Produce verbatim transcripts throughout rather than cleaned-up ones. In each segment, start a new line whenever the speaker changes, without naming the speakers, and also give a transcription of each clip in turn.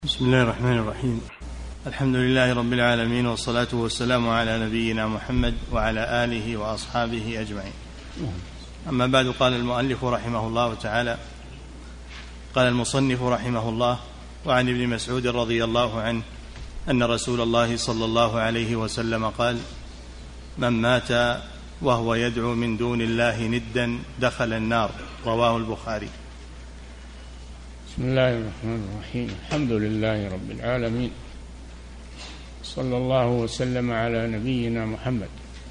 بسم الله الرحمن الرحيم. الحمد لله رب العالمين، والصلاة والسلام على نبينا محمد وعلى آله وأصحابه أجمعين. أما بعد، قال المؤلف رحمه الله تعالى: قال المصنف رحمه الله: وعن ابن مسعود رضي الله عنه أن رسول الله صلى الله عليه وسلم قال: من مات وهو يدعو من دون الله ندا دخل النار. رواه البخاري.
بسم الله الرحمن الرحيم. الحمد لله رب العالمين، صلى الله وسلم على نبينا محمد.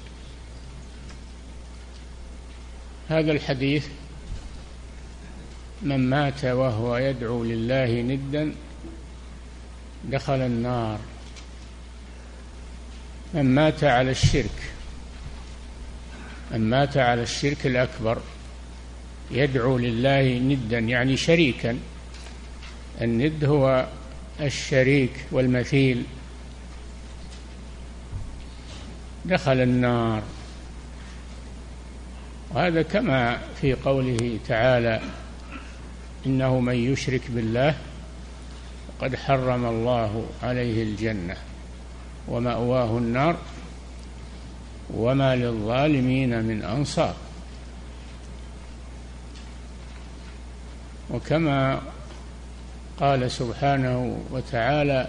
هذا الحديث: من مات وهو يدعو لله ندا دخل النار. من مات على الشرك، من مات على الشرك الأكبر يدعو لله ندا يعني شريكا. الند هو الشريك والمثيل، دخل النار. وهذا كما في قوله تعالى: إنه من يشرك بالله فقد حرم الله عليه الجنة ومأواه النار وما للظالمين من أنصار. وكما قال سبحانه وتعالى: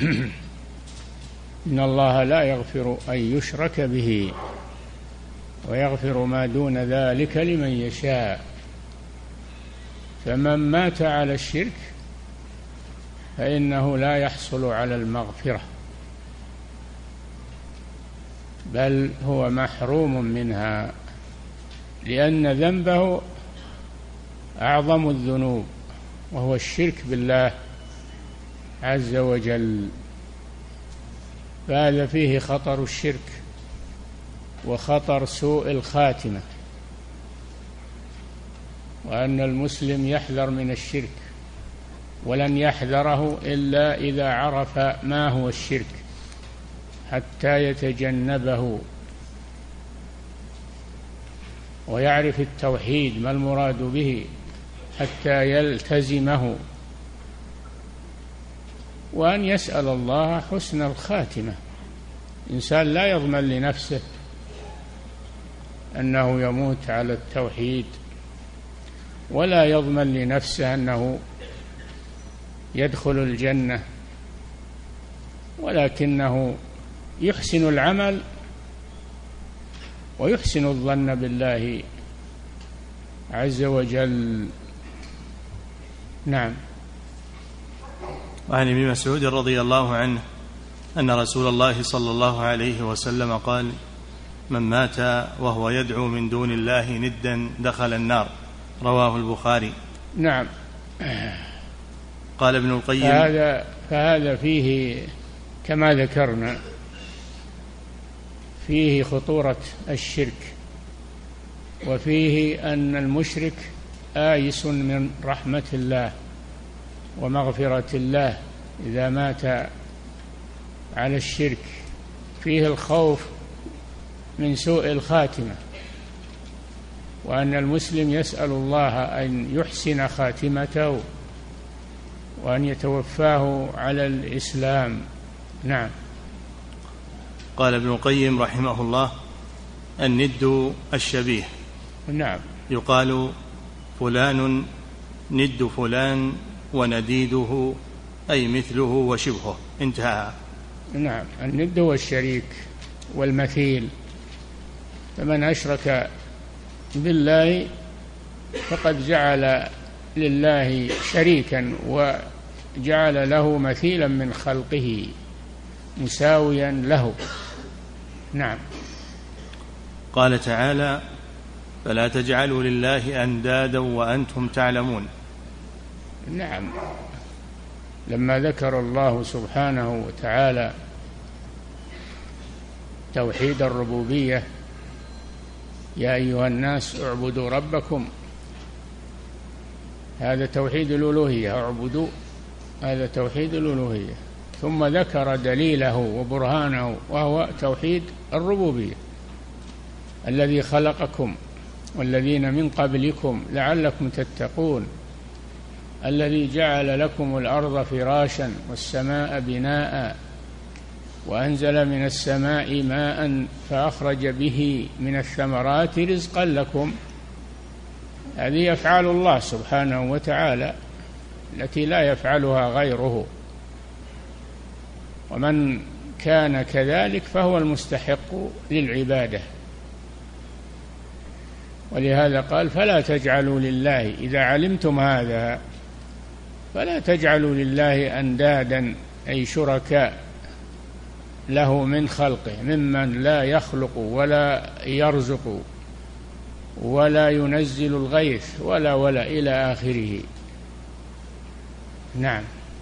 إن الله لا يغفر أن يشرك به ويغفر ما دون ذلك لمن يشاء. فمن مات على الشرك فإنه لا يحصل على المغفرة، بل هو محروم منها، لأن ذنبه أعظم الذنوب، وهو الشرك بالله عز وجل. فهذا فيه خطر الشرك وخطر سوء الخاتمة، وأن المسلم يحذر من الشرك، ولن يحذره إلا إذا عرف ما هو الشرك حتى يتجنبه، ويعرف التوحيد ما المراد به حتى يلتزمه، وأن يسأل الله حسن الخاتمة. إنسان لا يضمن لنفسه أنه يموت على التوحيد، ولا يضمن لنفسه أنه يدخل الجنة، ولكنه يحسن العمل ويحسن الظن بالله عز وجل. نعم.
وعن ابن مسعود رضي الله عنه أن رسول الله صلى الله عليه وسلم قال: من مات وهو يدعو من دون الله ندا دخل النار. رواه البخاري.
نعم.
قال ابن القيم:
فهذا, فهذا فيه كما ذكرنا فيه خطورة الشرك، وفيه أن المشرك آيس من رحمة الله ومغفرة الله إذا مات على الشرك. فيه الخوف من سوء الخاتمة، وأن المسلم يسأل الله أن يحسن خاتمته وأن يتوفاه على الإسلام. نعم.
قال ابن القيم رحمه الله: الند الشبيه.
نعم.
يقال فلان ند فلان ونديده، أي مثله وشبهه. انتهى.
نعم. الند هو الشريك والمثيل، فمن أشرك بالله فقد جعل لله شريكا وجعل له مثيلا من خلقه مساويا له. نعم.
قال تعالى: فلا تجعلوا لله أندادا وأنتم تعلمون.
نعم. لما ذكر الله سبحانه وتعالى توحيد الربوبية: يا أيها الناس اعبدوا ربكم، هذا توحيد الألوهية، اعبدوا، هذا توحيد الألوهية. ثم ذكر دليله وبرهانه، وهو توحيد الربوبية: الذي خلقكم والذين من قبلكم لعلكم تتقون. الذي جعل لكم الأرض فراشا والسماء بناء وأنزل من السماء ماء فأخرج به من الثمرات رزقا لكم. هذه أفعال الله سبحانه وتعالى التي لا يفعلها غيره، ومن كان كذلك فهو المستحق للعبادة. ولهذا قال فلا تجعلوا لله، إذا علمتم هذا فلا تجعلوا لله أندادا أي شركاء له من خلقه ممن لا يخلق ولا يرزق ولا ينزل الغيث ولا ولا إلى آخره. نعم.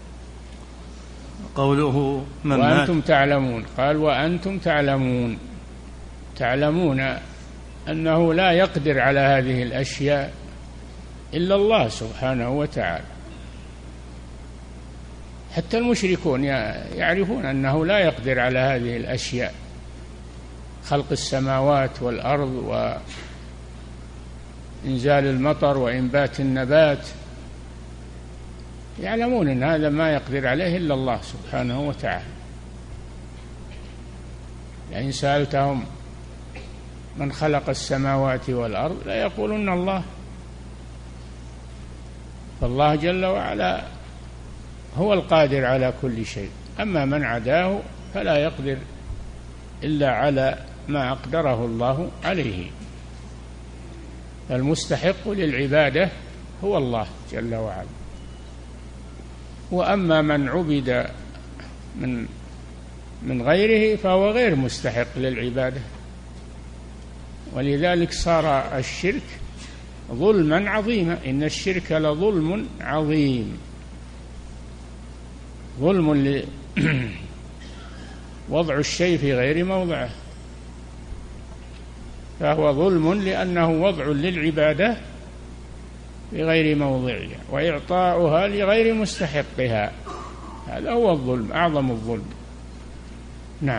قوله من
وأنتم تعلمون، قال وأنتم تعلمون، تعلمون أنه لا يقدر على هذه الأشياء إلا الله سبحانه وتعالى. حتى المشركون يعرفون أنه لا يقدر على هذه الأشياء، خلق السماوات والأرض وإنزال المطر وإنبات النبات، يعلمون أن هذا ما يقدر عليه إلا الله سبحانه وتعالى. لئن سألتهم من خلق السماوات والأرض لا يقولون الله. فالله جل وعلا هو القادر على كل شيء، أما من عداه فلا يقدر إلا على ما أقدره الله عليه. المستحق للعبادة هو الله جل وعلا، وأما من عبد من من غيره فهو غير مستحق للعبادة. ولذلك صار الشرك ظلما عظيما، إن الشرك لظلم عظيم، ظلم وضع الشيء في غير موضعه، فهو ظلم لأنه وضع للعبادة في غير موضعها وإعطاؤها لغير مستحقها، هذا هو الظلم، أعظم الظلم. نعم.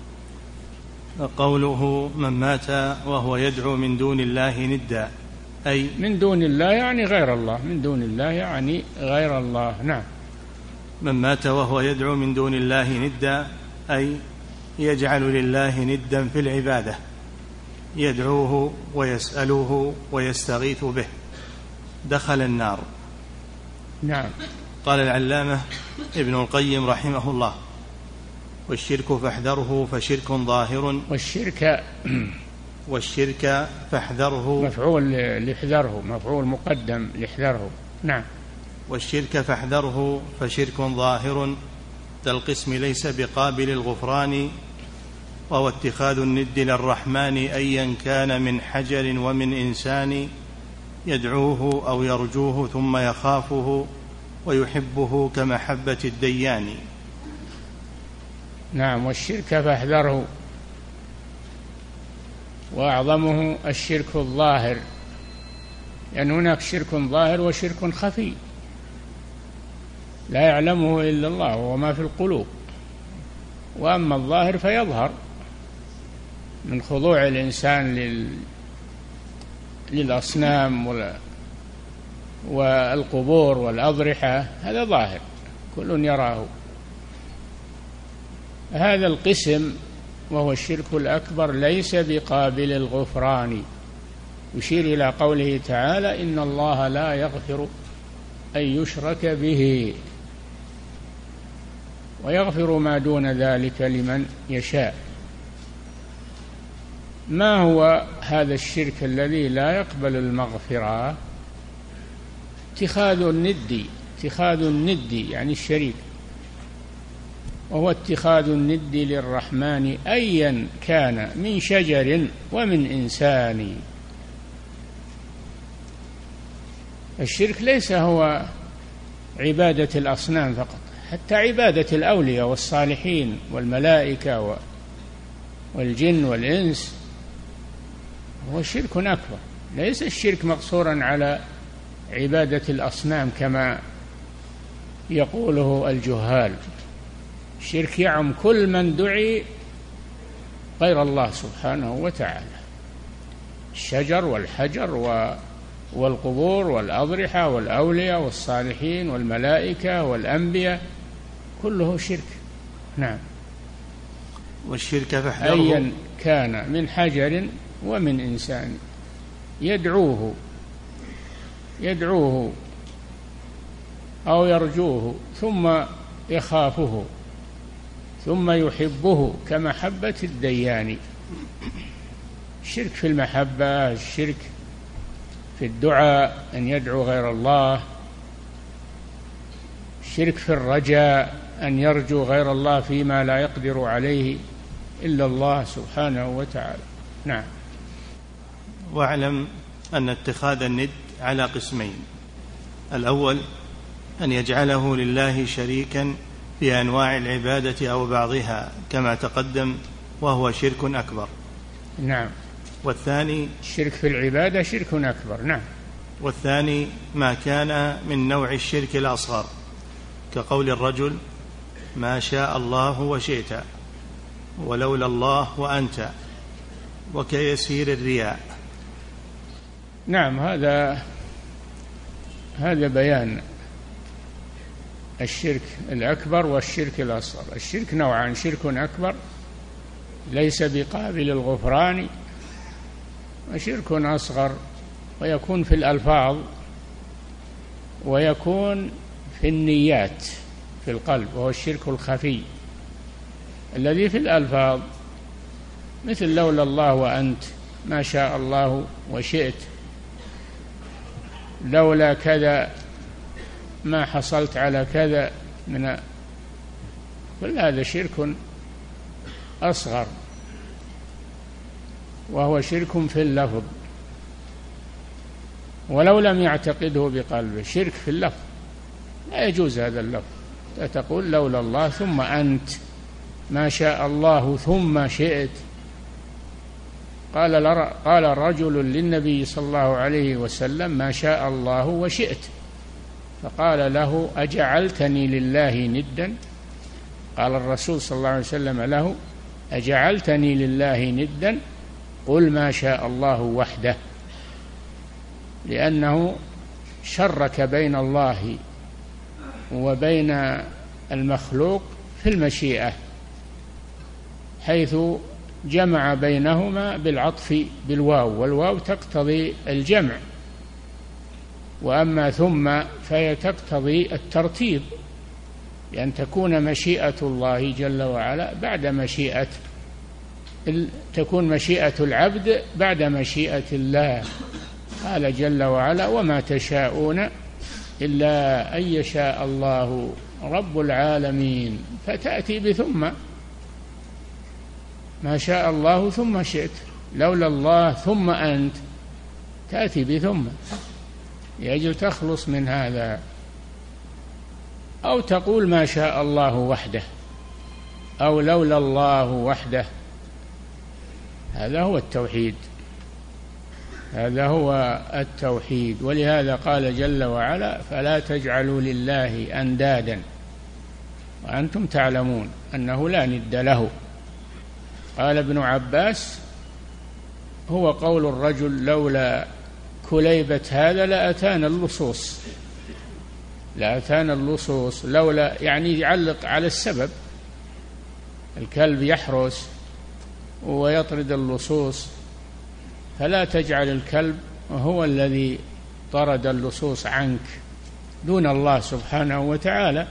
قوله من مات وهو يدعو من دون الله ندا، أي
من دون الله يعني غير الله، من دون الله يعني غير الله. نعم.
من مات وهو يدعو من دون الله ندا أي يجعل لله ندا في العبادة، يدعوه ويسأله ويستغيث به، دخل النار.
نعم.
قال العلامة ابن القيم رحمه الله: والشرك فاحذره فشرك ظاهر.
والشرك
والشرك فاحذره،
مفعول لحذره، مفعول مقدم لحذره. نعم.
والشرك فاحذره فشرك ظاهر، ذا القسم ليس بقابل الغفران، وهو اتخاذ الند للرحمن أيا كان من حجر ومن إنسان، يدعوه أو يرجوه ثم يخافه ويحبه كمحبة الديان.
نعم. والشرك فاحذره، وأعظمه الشرك الظاهر، لأن هناك شرك ظاهر وشرك خفي لا يعلمه إلا الله وهو ما في القلوب، وأما الظاهر فيظهر من خضوع الإنسان لل... للأصنام والقبور والأضرحة، هذا ظاهر كل يراه. هذا القسم وهو الشرك الأكبر ليس بقابل الغفران، يشير إلى قوله تعالى: إن الله لا يغفر أن يشرك به ويغفر ما دون ذلك لمن يشاء. ما هو هذا الشرك الذي لا يقبل المغفرة؟ اتخاذ الند، اتخاذ الند يعني الشريك، وهو اتخاذ الند للرحمن أيا كان من شجر ومن إنسان. الشرك ليس هو عبادة الأصنام فقط، حتى عبادة الأولياء والصالحين والملائكة والجن والإنس هو شرك أكبر. ليس الشرك مقصورا على عبادة الأصنام كما يقوله الجهال، الشرك يعم كل من دعي غير الله سبحانه وتعالى، الشجر والحجر والقبور والأضرحة والأولياء والصالحين والملائكة والأنبياء كله شرك. نعم.
والشرك فاحذره
أيا كان من حجر ومن إنسان يدعوه يدعوه أو يرجوه ثم يخافه ثم يحبه كمحبة الديان. الشرك في المحبة، الشرك في الدعاء أن يدعو غير الله، الشرك في الرجاء أن يرجو غير الله فيما لا يقدر عليه إلا الله سبحانه وتعالى. نعم.
واعلم أن اتخاذ الند على قسمين: الأول أن يجعله لله شريكا في أنواع العبادة أو بعضها كما تقدم، وهو شرك أكبر.
نعم.
والثاني
الشرك في العبادة شرك أكبر. نعم.
والثاني ما كان من نوع الشرك الأصغر، كقول الرجل ما شاء الله وشئت ولولا الله وأنت، وكيسير الرياء.
نعم. هذا هذا بيان الشرك الأكبر والشرك الأصغر. الشرك نوعان: شرك أكبر ليس بقابل للغفران، وشرك أصغر ويكون في الألفاظ ويكون في النيات في القلب، وهو الشرك الخفي. الذي في الألفاظ مثل لولا الله وأنت، ما شاء الله وشئت، لولا كذا ما حصلت على كذا، من كل هذا شرك أصغر، وهو شرك في اللفظ ولو لم يعتقده بقلبه. شرك في اللفظ لا يجوز هذا اللفظ. تقول لولا الله ثم أنت، ما شاء الله ثم شئت. قال قال رجل للنبي صلى الله عليه وسلم ما شاء الله وشئت، فقال له أجعلتني لله ندا؟ قال الرسول صلى الله عليه وسلم له أجعلتني لله ندا؟ قل ما شاء الله وحده، لأنه شرك بين الله وبين المخلوق في المشيئة، حيث جمع بينهما بالعطف بالواو، والواو تقتضي الجمع، وأما ثم فهي تقتضي الترتيب، لأن تكون مشيئة الله جل وعلا بعد مشيئة تكون مشيئة العبد بعد مشيئة الله. قال جل وعلا وما تشاءون إلا أن يشاء الله رب العالمين، فتأتي بثم، ما شاء الله ثم شئت، لولا الله ثم أنت، تأتي بثم لأجل تخلص من هذا. أو تقول ما شاء الله وحده أو لولا الله وحده. هذا هو التوحيد، هذا هو التوحيد. ولهذا قال جل وعلا فلا تجعلوا لله أندادا وأنتم تعلمون أنه لا ند له. قال ابن عباس هو قول الرجل لولا كليبة هذا لأتانا اللصوص، لأتانا اللصوص، لولا يعني يعلق على السبب، الكلب يحرس ويطرد اللصوص، فلا تجعل الكلب هو الذي طرد اللصوص عنك دون الله سبحانه وتعالى.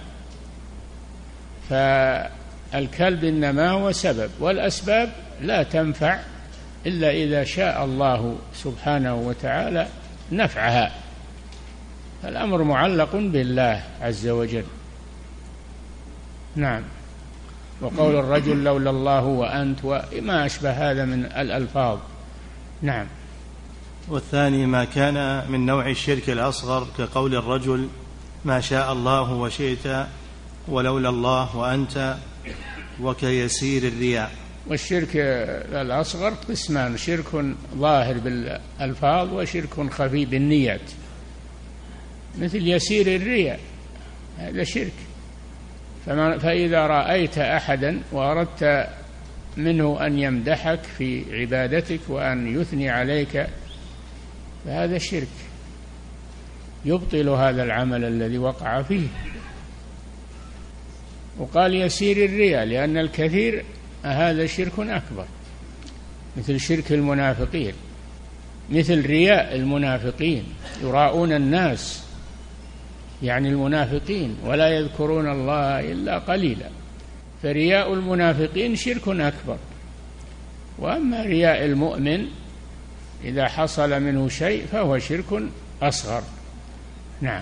فالكلب إنما هو سبب، والأسباب لا تنفع إلا إذا شاء الله سبحانه وتعالى نفعها، فالأمر معلق بالله عز وجل. نعم. وقول الرجل لولا الله وأنت وما أشبه هذا من الألفاظ. نعم.
والثاني ما كان من نوع الشرك الأصغر، كقول الرجل ما شاء الله وشئت ولولا الله وأنت، وكيسير الرياء.
والشرك الأصغر قسمان: شرك ظاهر بالألفاظ وشرك خفي بالنيات، مثل يسير الرياء، هذا شرك. فإذا رأيت أحدا وأردت منه أن يمدحك في عبادتك وأن يثني عليك فهذا شرك، يبطل هذا العمل الذي وقع فيه. وقال يسير الرياء لأن الكثير هذا شرك أكبر، مثل شرك المنافقين، مثل رياء المنافقين، يراؤون الناس يعني المنافقين ولا يذكرون الله إلا قليلا، فرياء المنافقين شرك أكبر. وأما رياء المؤمن إذا حصل منه شيء فهو شرك أصغر. نعم.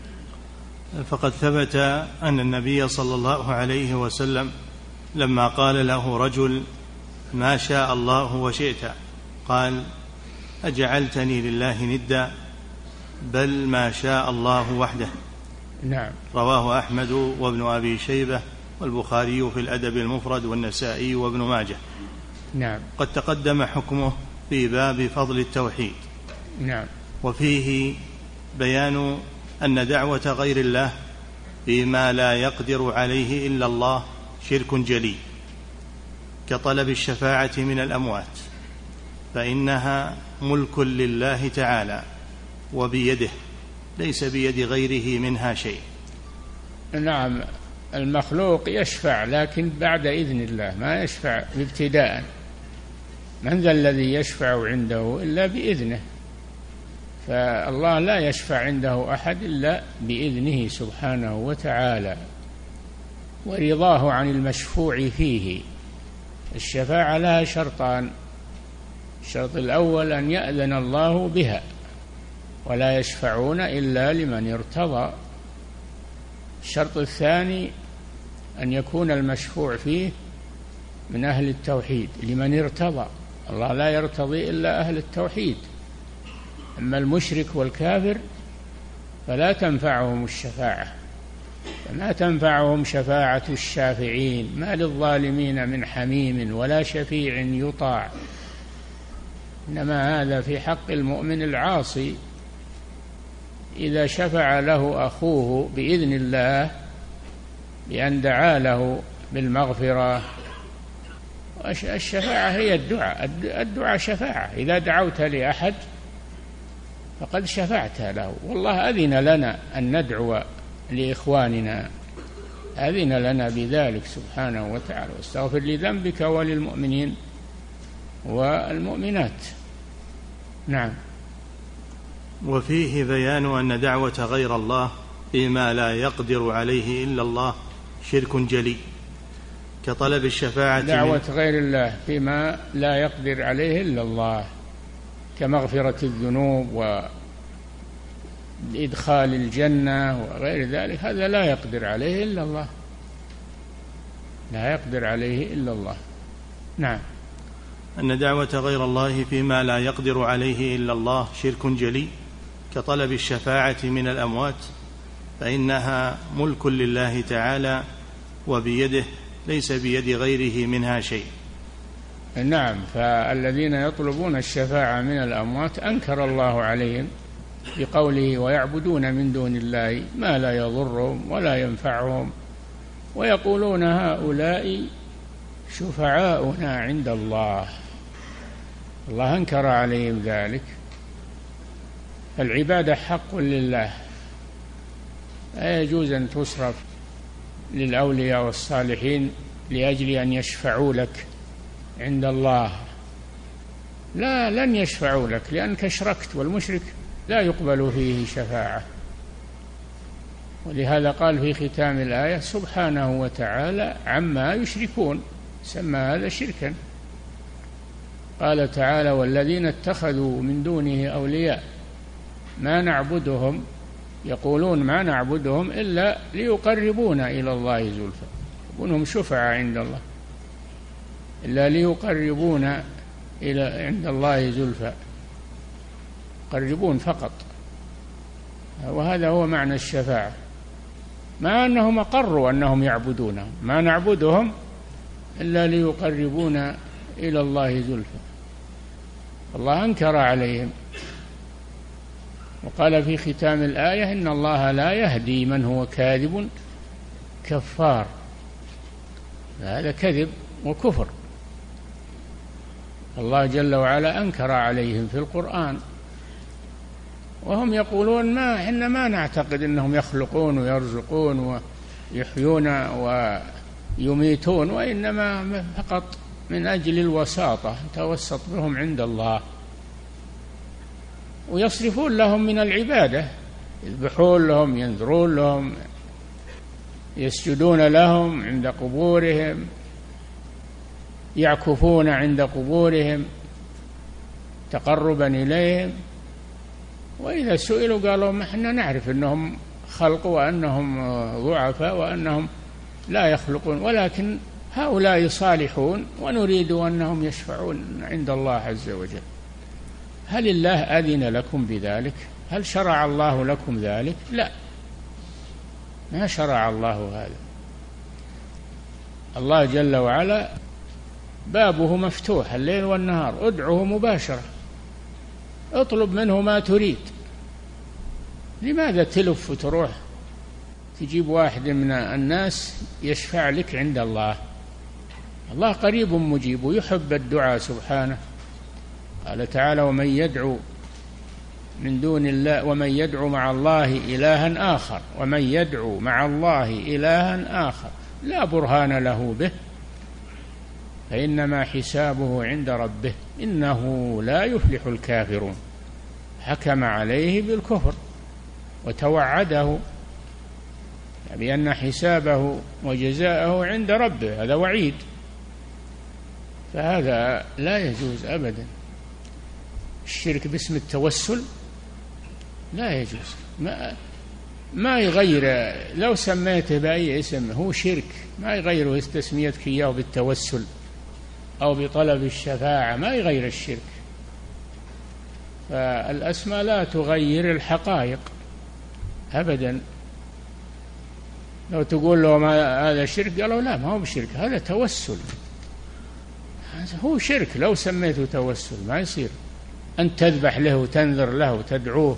فقد ثبت أن النبي صلى الله عليه وسلم لما قال له رجل ما شاء الله وشئت قال أجعلتني لله ندا بل ما شاء الله وحده.
نعم.
رواه أحمد وابن أبي شيبة والبخاري في الأدب المفرد والنسائي وابن ماجه.
نعم.
قد تقدم حكمه في باب فضل التوحيد.
نعم.
وفيه بيان أن دعوة غير الله فيما لا يقدر عليه إلا الله شرك جلي، كطلب الشفاعة من الأموات، فإنها ملك لله تعالى وبيده ليس بيد غيره منها شيء.
نعم. المخلوق يشفع لكن بعد إذن الله، ما يشفع ابتداء. من ذا الذي يشفع عنده إلا بإذنه، فالله لا يشفع عنده أحد إلا بإذنه سبحانه وتعالى ورضاه عن المشفوع فيه. الشفاعة لها شرطان: الشرط الأول أن يأذن الله بها، ولا يشفعون إلا لمن ارتضى. الشرط الثاني أن يكون المشفوع فيه من أهل التوحيد لمن ارتضى. الله لا يرتضي إلا أهل التوحيد، أما المشرك والكافر فلا تنفعهم الشفاعة، فما تنفعهم شفاعة الشافعين، ما للظالمين من حميم ولا شفيع يطاع. إنما هذا في حق المؤمن العاصي، إذا شفع له أخوه بإذن الله بأن دعا له بالمغفرة. الشفاعة هي الدعاء، الدعاء شفاعة، إذا دعوت لأحد فقد شفعت له. والله أذن لنا أن ندعو لإخواننا، أذن لنا بذلك سبحانه وتعالى: واستغفر لذنبك وللمؤمنين والمؤمنات. نعم.
وفيه بيان أن دعوة غير الله فيما لا يقدر عليه إلا الله شرك جلي، كطلب الشفاعة.
دعوة غير الله فيما لا يقدر عليه إلا الله، كمغفرة الذنوب وإدخال الجنة وغير ذلك، هذا لا يقدر عليه إلا الله، لا يقدر عليه إلا الله. نعم.
أن دعوة غير الله فيما لا يقدر عليه إلا الله شرك جلي، كطلب الشفاعة من الأموات، فإنها ملك لله تعالى وبيده ليس بيد غيره منها شيء.
نعم. فالذين يطلبون الشفاعة من الأموات أنكر الله عليهم بقوله: ويعبدون من دون الله ما لا يضرهم ولا ينفعهم ويقولون هؤلاء شفعاؤنا عند الله. الله أنكر عليهم ذلك. فالعبادة حق لله، لا يجوز أن تصرف للأولياء والصالحين لأجل أن يشفعوا لك عند الله. لا، لن يشفعوا لك لأنك أشركت، والمشرك لا يقبل فيه شفاعة. ولهذا قال في ختام الآية: سبحانه وتعالى عما يشركون، سمى هذا شركا. قال تعالى: والذين اتخذوا من دونه أولياء ما نعبدهم، يقولون ما نعبدهم إلا ليقربونا إلى الله زلفى، يكونهم شفعاء عند الله، إلا ليقربونا إلى عند الله زلفى، يقربون فقط. وهذا هو معنى الشفاعة، ما أنهم أقروا أنهم يعبدونهم، ما نعبدهم إلا ليقربونا إلى الله زلفى. الله أنكر عليهم، وقال في ختام الآية: إن الله لا يهدي من هو كاذب كفار. هذا كذب وكفر. الله جل وعلا أنكر عليهم في القرآن. وهم يقولون ما إحنا ما نعتقد أنهم يخلقون ويرزقون ويحيون ويميتون، وإنما فقط من أجل الوساطة توسط بهم عند الله، ويصرفون لهم من العبادة، يذبحون لهم، ينذرون لهم، يسجدون لهم عند قبورهم، يعكفون عند قبورهم تقربا إليهم. وإذا سئلوا قالوا ما احنا نعرف أنهم خلق وأنهم ضعفاء وأنهم لا يخلقون، ولكن هؤلاء صالحون ونريد أنهم يشفعون عند الله عز وجل. هل الله أذن لكم بذلك؟ هل شرع الله لكم ذلك؟ لا، ما شرع الله هذا. الله جل وعلا بابه مفتوح الليل والنهار، ادعه مباشرة، اطلب منه ما تريد. لماذا تلف وتروح تجيب واحد من الناس يشفع لك عند الله؟ الله قريب مجيب ويحب الدعاء سبحانه. قال تعالى: ومن يدعو من دون الله ومن يدعو مع الله إلها آخر ومن يدعو مع الله إلها آخر لا برهان له به فإنما حسابه عند ربه إنه لا يفلح الكافرون. حكم عليه بالكفر وتوعده بأن حسابه وجزاءه عند ربه، هذا وعيد، فهذا لا يجوز أبدا. الشرك باسم التوسل لا يجوز، ما ما يغير، لو سميته بأي اسم هو شرك، ما يغيره تسميتك إياه بالتوسل أو بطلب الشفاعة، ما يغير الشرك. فالأسماء لا تغير الحقائق أبدا. لو تقول له ما هذا شرك قالوا لا ما هو بشرك، هذا توسل، هذا هو شرك. لو سميته توسل ما يصير أن تذبح له وتنذر له وتدعوه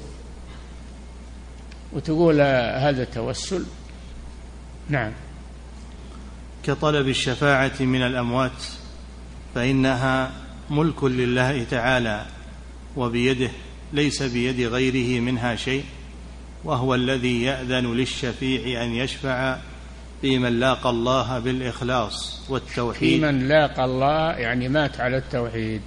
وتقول هذا توسل. نعم.
كطلب الشفاعة من الأموات فإنها ملك لله تعالى وبيده، ليس بيد غيره منها شيء، وهو الذي يأذن للشفيع أن يشفع في من لاقى الله بالإخلاص والتوحيد.
في من لاقى الله يعني مات على التوحيد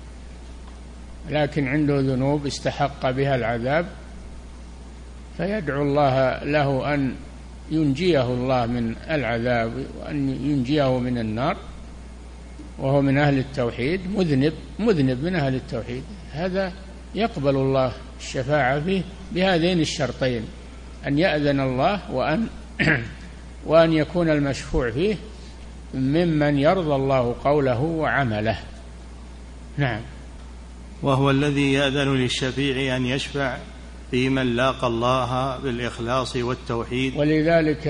لكن عنده ذنوب استحق بها العذاب، فيدعو الله له أن ينجيه الله من العذاب وأن ينجيه من النار، وهو من أهل التوحيد، مذنب مذنب من أهل التوحيد، هذا يقبل الله الشفاعة فيه بهذين الشرطين: أن يأذن الله وأن وأن يكون المشفوع فيه ممن يرضى الله قوله وعمله. نعم.
وهو الذي يأذن للشفيع أن يشفع في من لاقى الله بالإخلاص والتوحيد.
ولذلك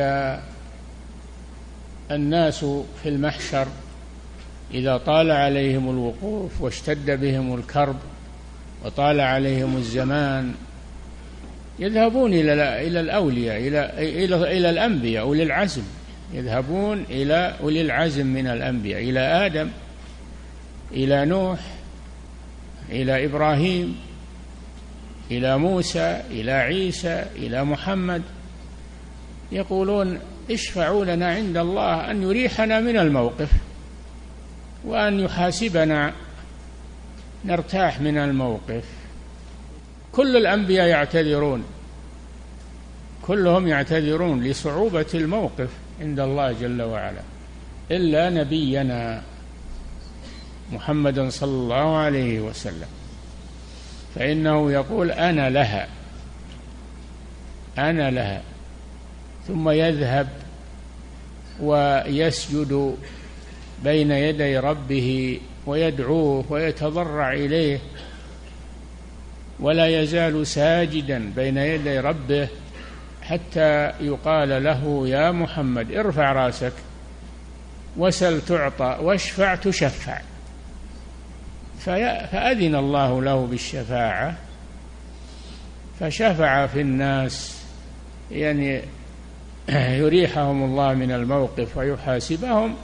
الناس في المحشر إذا طال عليهم الوقوف واشتد بهم الكرب وطال عليهم الزمان يذهبون إلى إلى الأولياء، إلى إلى إلى الأنبياء أولي العزم، يذهبون إلى أولي العزم من الأنبياء، إلى آدم، إلى نوح، إلى إبراهيم، إلى موسى، إلى عيسى، إلى محمد، يقولون اشفعوا لنا عند الله أن يريحنا من الموقف وأن يحاسبنا نرتاح من الموقف. كل الأنبياء يعتذرون، كلهم يعتذرون لصعوبة الموقف عند الله جل وعلا، إلا نبينا محمد صلى الله عليه وسلم، فإنه يقول أنا لها أنا لها ثم يذهب ويسجد بين يدي ربه ويدعوه ويتضرع إليه، ولا يزال ساجدا بين يدي ربه حتى يقال له يا محمد ارفع راسك وسل تعطى واشفع تشفع. فأذن الله له بالشفاعة فشفع في الناس، يعني يريحهم الله من الموقف ويحاسبهم،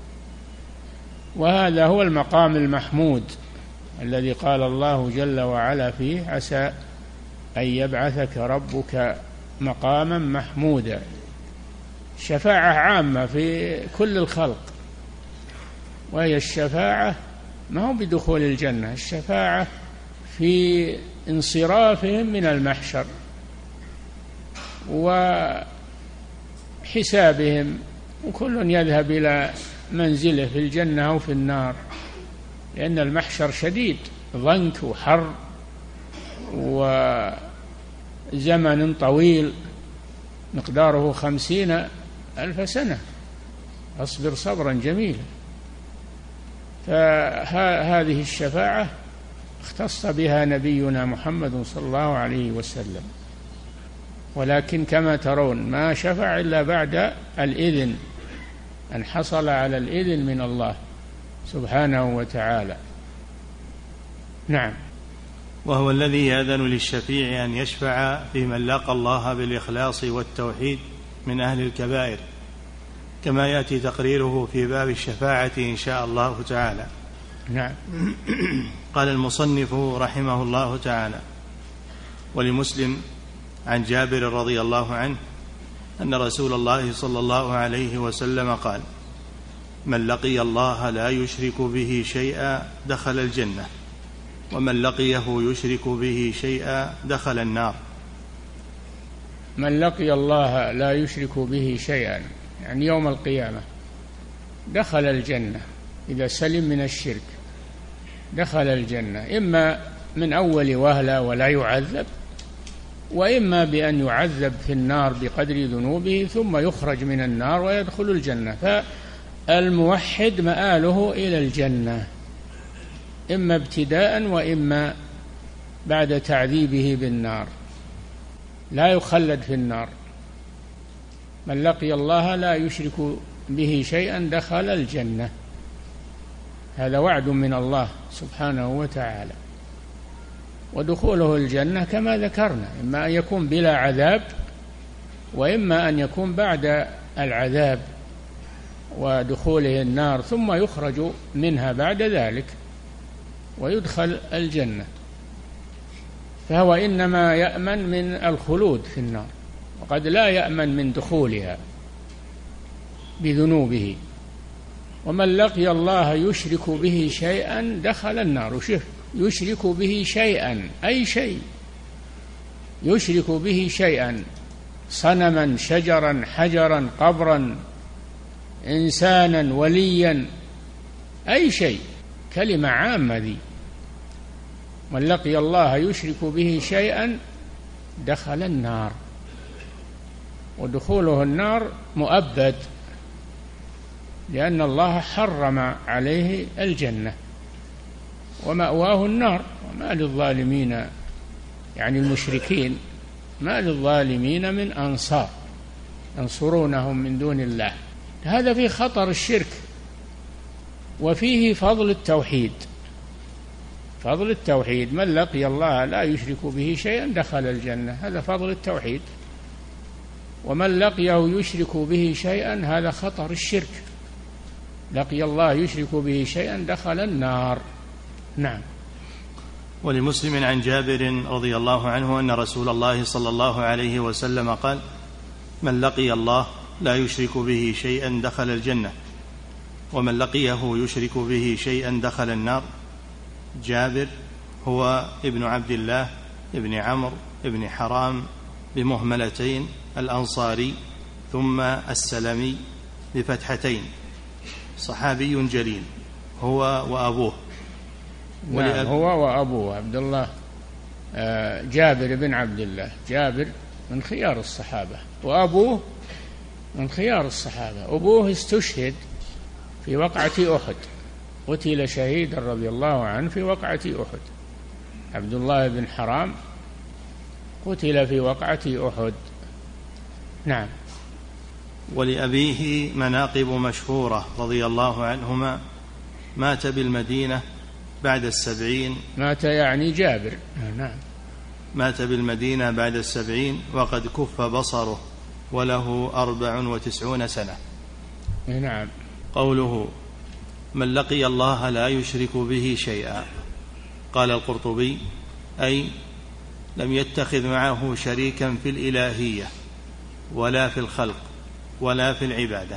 وهذا هو المقام المحمود الذي قال الله جل وعلا فيه عسى أن يبعثك ربك مقاما محمودا. الشفاعة عامة في كل الخلق، وهي الشفاعة ما هو بدخول الجنة، الشفاعة في انصرافهم من المحشر وحسابهم، وكل يذهب إلى منزله في الجنة أو في النار، لأن المحشر شديد، ضنك وحر وزمن طويل مقداره خمسين ألف سنة، أصبر صبرا جميلا. فهذه الشفاعة اختص بها نبينا محمد صلى الله عليه وسلم، ولكن كما ترون ما شفع إلا بعد الإذن، أن حصل على الإذن من الله سبحانه وتعالى. نعم.
وهو الذي يأذن للشفيع أن يشفع في من لاقى الله بالإخلاص والتوحيد من أهل الكبائر، كما يأتي تقريره في باب الشفاعة إن شاء الله تعالى.
نعم.
قال المصنف رحمه الله تعالى: ولمسلم عن جابر رضي الله عنه أن رسول الله صلى الله عليه وسلم قال: من لقي الله لا يشرك به شيئا دخل الجنة، ومن لقيه يشرك به شيئا دخل النار.
من لقي الله لا يشرك به شيئا يعني يوم القيامة دخل الجنة، إذا سلم من الشرك دخل الجنة، إما من أول وهلة ولا يعذب، وإما بأن يعذب في النار بقدر ذنوبه ثم يخرج من النار ويدخل الجنة. فالموحد مآله إلى الجنة، إما ابتداء وإما بعد تعذيبه بالنار، لا يخلد في النار. من لقي الله لا يشرك به شيئا دخل الجنة، هذا وعد من الله سبحانه وتعالى. ودخوله الجنة كما ذكرنا إما أن يكون بلا عذاب، وإما أن يكون بعد العذاب ودخوله النار ثم يخرج منها بعد ذلك ويدخل الجنة. فهو إنما يأمن من الخلود في النار، وقد لا يأمن من دخولها بذنوبه. ومن لقي الله يشرك به شيئا دخل النار. شوف، يشرك به شيئا، أي شيء يشرك به شيئا، صنما، شجرا، حجرا، قبرا، إنسانا، وليا، أي شيء، كلمة عامة ذي. من لقي الله يشرك به شيئا دخل النار، ودخوله النار مؤبد، لأن الله حرم عليه الجنة ومأواه النار. وما للظالمين يعني المشركين ما للظالمين من أنصار ينصرونهم من دون الله. هذا فيه خطر الشرك، وفيه فضل التوحيد. فضل التوحيد، من لقي الله لا يشرك به شيئا دخل الجنة، هذا فضل التوحيد. ومن لقيه يشرك به شيئا هذا خطر الشرك، لقي الله يشرك به شيئا دخل النار. نعم.
ولمسلم عن جابر رضي الله عنه أن رسول الله صلى الله عليه وسلم قال: من لقي الله لا يشرك به شيئا دخل الجنة، ومن لقيه يشرك به شيئا دخل النار. جابر هو ابن عبد الله ابن عمرو ابن حرام بمهملتين، الأنصاري ثم السلمي بفتحتين، صحابي جليل هو وأبوه.
نعم، هو وأبوه عبد الله جابر بن عبد الله. جابر من خيار الصحابة، وأبوه من خيار الصحابة. أبوه استشهد في وقعة أحد، قتل شهيدا رضي الله عنه في وقعة أحد. عبد الله بن حرام قتل في وقعة أحد. نعم.
ولأبيه مناقب مشهورة رضي الله عنهما. مات بالمدينة بعد السبعين.
مات يعني جابر. نعم.
مات بالمدينة بعد السبعين وقد كف بصره وله أربع وتسعون سنة.
نعم.
قوله من لقي الله لا يشرك به شيئا، قال القرطبي: أي لم يتخذ معه شريكا في الإلهية ولا في الخلق ولا في العبادة.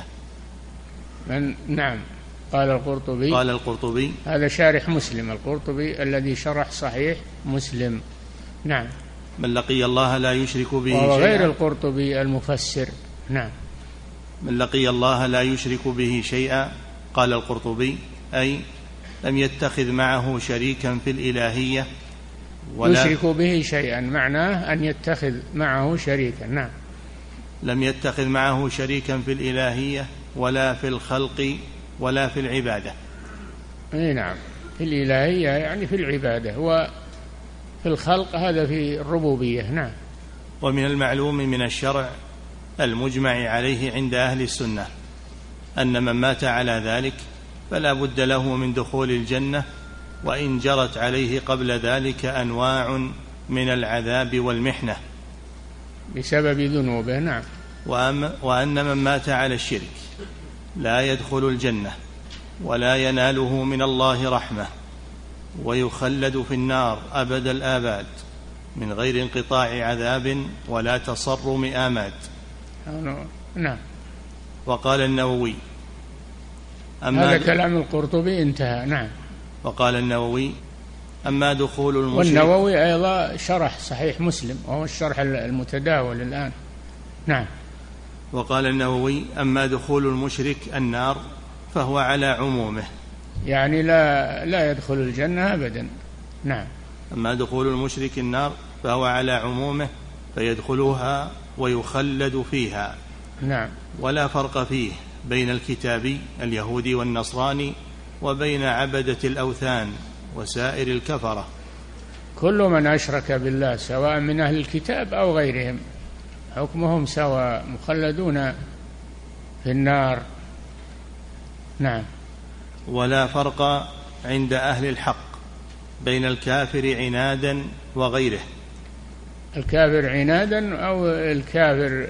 من نعم قال القرطبي
قال القرطبي
هذا شارح مسلم، القرطبي الذي شرح صحيح مسلم. نعم.
من لقي الله لا يشرك به شيئا،
وهو غير القرطبي المفسر. نعم.
من لقي الله لا يشرك به شيئا، قال القرطبي أي لم يتخذ معه شريكا في الإلهية ولا
يشرك به شيئا، معناه أن يتخذ معه شريكا. نعم.
لم يتخذ معه شريكا في الإلهية ولا في الخلق ولا في العبادة.
أي نعم، في الإلهية يعني في العبادة، وفي الخلق هذا في الربوبية. نعم.
ومن المعلوم من الشرع المجمع عليه عند أهل السنة أن من مات على ذلك فلا بد له من دخول الجنة، وإن جرت عليه قبل ذلك أنواع من العذاب والمحنة
بسبب ذنوبه. نعم.
وأن من مات على الشرك لا يدخل الجنة ولا يناله من الله رحمة، ويخلد في النار أبد الآباد من غير انقطاع عذاب ولا تصرم آمات.
نعم.
وقال النووي
أما هذا كلام القرطبي انتهى. نعم.
وقال النووي أما دخول المشرك،
والنووي أيضا شرح صحيح مسلم وهو الشرح المتداول الآن. نعم.
وقال النووي أما دخول المشرك النار فهو على عمومه،
يعني لا لا يدخل الجنة أبدا. نعم.
أما دخول المشرك النار فهو على عمومه فيدخلها ويخلد فيها.
نعم.
ولا فرق فيه بين الكتابي اليهودي والنصراني وبين عبدة الأوثان وسائر الكفرة.
كل من أشرك بالله سواء من أهل الكتاب أو غيرهم حكمهم سواء، مخلدون في النار. نعم.
ولا فرق عند أهل الحق بين الكافر عنادا وغيره.
الكافر عنادا أو الكافر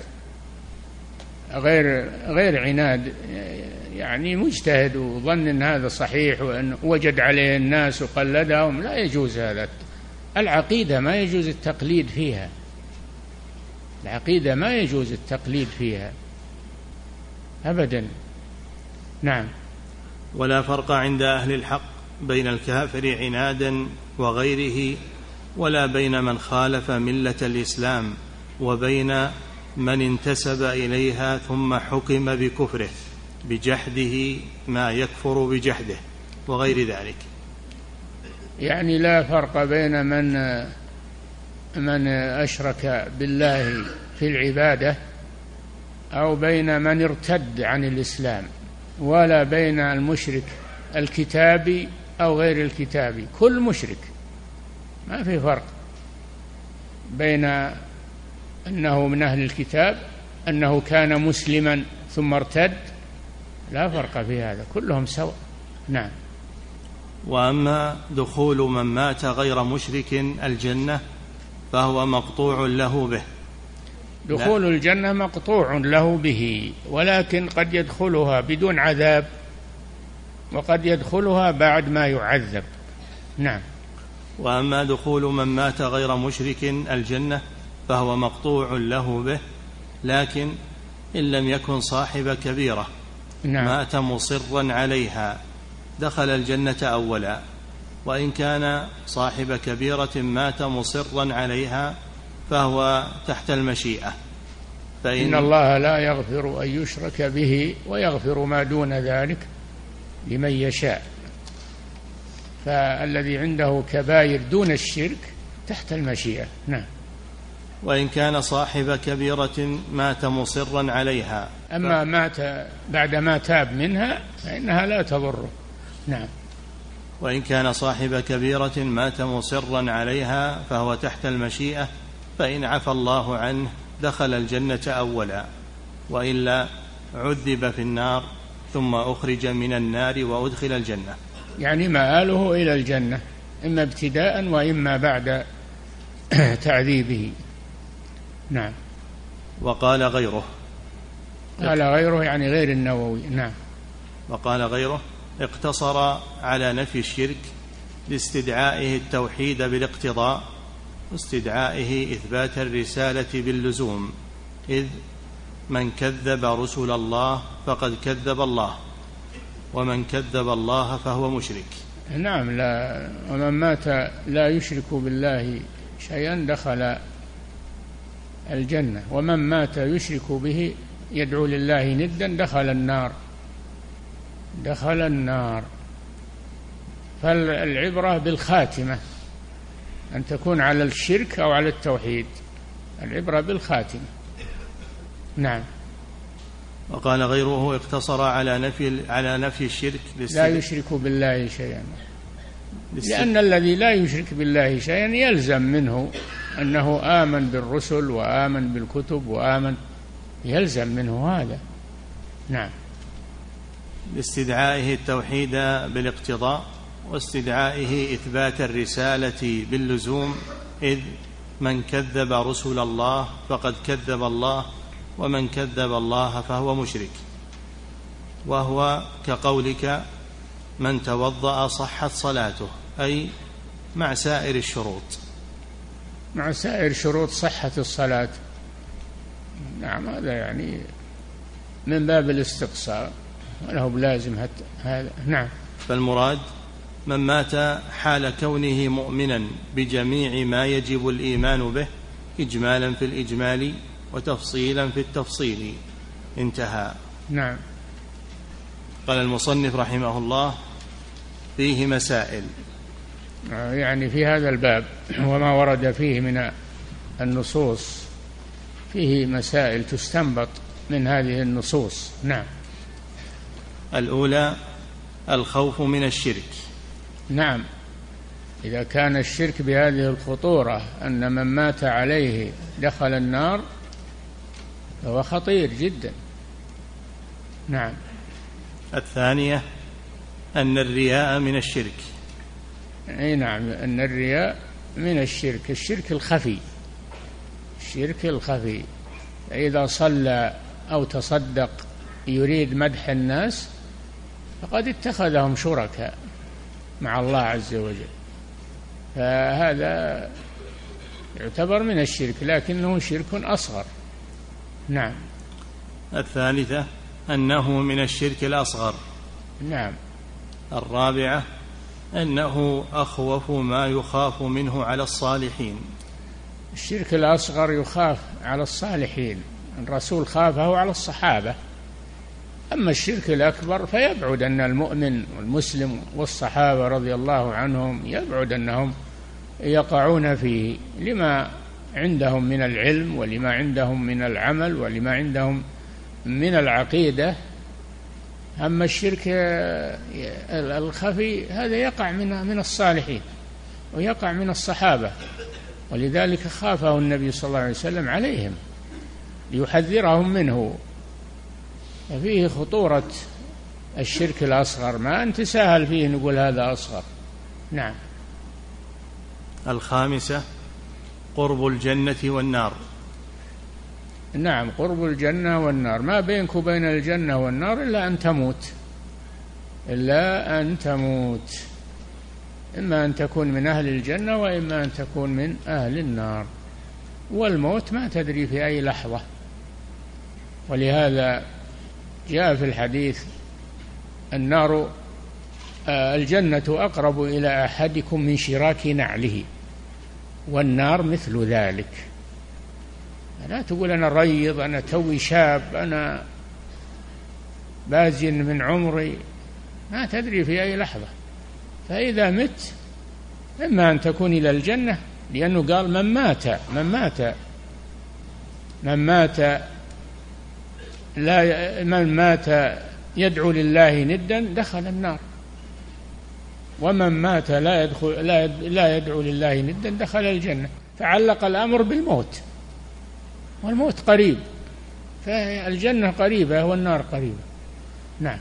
غير غير عناد، يعني مجتهد وظن أن هذا صحيح وأن وجد عليه الناس وقلدهم، لا يجوز هذا. العقيدة ما يجوز التقليد فيها، العقيدة ما يجوز التقليد فيها أبدا. نعم.
ولا فرق عند أهل الحق بين الكافر عنادا وغيره، ولا بين من خالف ملة الإسلام وبين من انتسب إليها ثم حكم بكفره بجحده ما يكفر بجحده وغير ذلك.
يعني لا فرق بين من من أشرك بالله في العبادة أو بين من ارتد عن الإسلام، ولا بين المشرك الكتابي أو غير الكتابي. كل مشرك، ما في فرق بين أنه من أهل الكتاب أنه كان مسلما ثم ارتد، لا فرق في هذا، كلهم سواء. نعم.
وأما دخول من مات غير مشرك الجنة فهو مقطوع له به.
دخول لا. الجنة مقطوع له به، ولكن قد يدخلها بدون عذاب وقد يدخلها بعد ما يعذب. نعم.
وأما دخول من مات غير مشرك الجنة فهو مقطوع له به، لكن إن لم يكن صاحب كبيرة
نعم.
مات مصرا عليها دخل الجنة أولا، وإن كان صاحب كبيرة مات مصرا عليها فهو تحت المشيئة.
فإن إن الله لا يغفر أن يشرك به ويغفر ما دون ذلك لمن يشاء، فالذي عنده كبائر دون الشرك تحت المشيئة. نعم.
وإن كان صاحب كبيرة مات مصرا عليها،
أما مات بعدما تاب منها فإنها لا تضره. نعم.
وإن كان صاحب كبيرة مات مصرا عليها فهو تحت المشيئة، فإن عفى الله عنه دخل الجنة أولا، وإلا عذب في النار ثم أخرج من النار وأدخل الجنة.
يعني مآله إلى الجنة إما ابتداء وإما بعد تعذيبه. نعم.
وقال غيره،
قال غيره يعني غير النووي. نعم.
وقال غيره اقتصر على نفي الشرك لاستدعائه التوحيد بالاقتضاء، واستدعائه إثبات الرسالة باللزوم، إذ من كذب رسل الله فقد كذب الله، ومن كذب الله فهو مشرك.
نعم، لا، ومن مات لا يشرك بالله شيئا دخل الجنة، ومن مات يشرك به يدعو لله ندا دخل النار دخل النار فالعبرة بالخاتمة، أن تكون على الشرك أو على التوحيد، العبرة بالخاتمة. نعم.
وقال غيره اقتصر على نفي على نفي الشرك،
لا يشرك بالله شيئا، لأن الذي لا يشرك بالله شيئا يلزم منه أنه آمن بالرسل وآمن بالكتب وآمن، يلزم منه هذا. نعم.
لاستدعائه التوحيد بالاقتضاء، واستدعائه إثبات الرسالة باللزوم، إذ من كذب رسل الله فقد كذب الله، ومن كذب الله فهو مشرك. وهو كقولك من توضأ صحت صلاته، أي مع سائر الشروط،
مع سائر شروط صحة الصلاة. نعم، هذا يعني من باب الاستقصاء، وله بلازم هذا. نعم.
فالمراد من مات حال كونه مؤمنا بجميع ما يجب الإيمان به، إجمالا في الإجمال وتفصيلا في التفصيل. انتهى.
نعم.
قال المصنف رحمه الله: فيه مسائل،
يعني في هذا الباب وما ورد فيه من النصوص فيه مسائل تستنبط من هذه النصوص. نعم.
الأولى الخوف من الشرك.
نعم، إذا كان الشرك بهذه الخطورة أن من مات عليه دخل النار فهو خطير جدا. نعم.
الثانية أن الرياء من الشرك.
أي نعم، أن الرياء من الشرك، الشرك الخفي، الشرك الخفي. إذا صلى أو تصدق يريد مدح الناس فقد اتخذهم شركاء مع الله عز وجل، فهذا يعتبر من الشرك، لكنه شرك أصغر. نعم.
الثالثة أنه من الشرك الأصغر.
نعم.
الرابعة أنه أخوف ما يخاف منه على الصالحين.
الشرك الأصغر يخاف على الصالحين، الرسول خافه على الصحابة. أما الشرك الأكبر فيبعد أن المؤمن والمسلم والصحابة رضي الله عنهم يبعد أنهم يقعون فيه، لما عندهم من العلم ولما عندهم من العمل ولما عندهم من العقيدة. أما الشرك الخفي هذا يقع من من الصالحين ويقع من الصحابة، ولذلك خافه النبي صلى الله عليه وسلم عليهم ليحذرهم منه. فيه خطورة الشرك الأصغر، ما أنت سهل فيه نقول هذا أصغر. نعم.
الخامسة قرب الجنة والنار.
نعم، قرب الجنة والنار، ما بينك وبين الجنة والنار إلا أن تموت، إلا أن تموت، إما أن تكون من أهل الجنة وإما أن تكون من أهل النار، والموت ما تدري في أي لحظة. ولهذا جاء في الحديث: النار الجنة أقرب إلى أحدكم من شراك نعله، والنار مثل ذلك. لا تقول أنا ريض، أنا توي شاب، أنا بازن من عمري، ما تدري في أي لحظة. فإذا مت إما أن تكون إلى الجنة، لأنه قال من مات من مات من مات لا من مات يدعو لله ندا دخل النار، ومن مات لا يدخل لا لا يدعو لله ندا دخل الجنة. فعلق الأمر بالموت، والموت قريب، فالجنة قريبة والنار قريبة. نعم.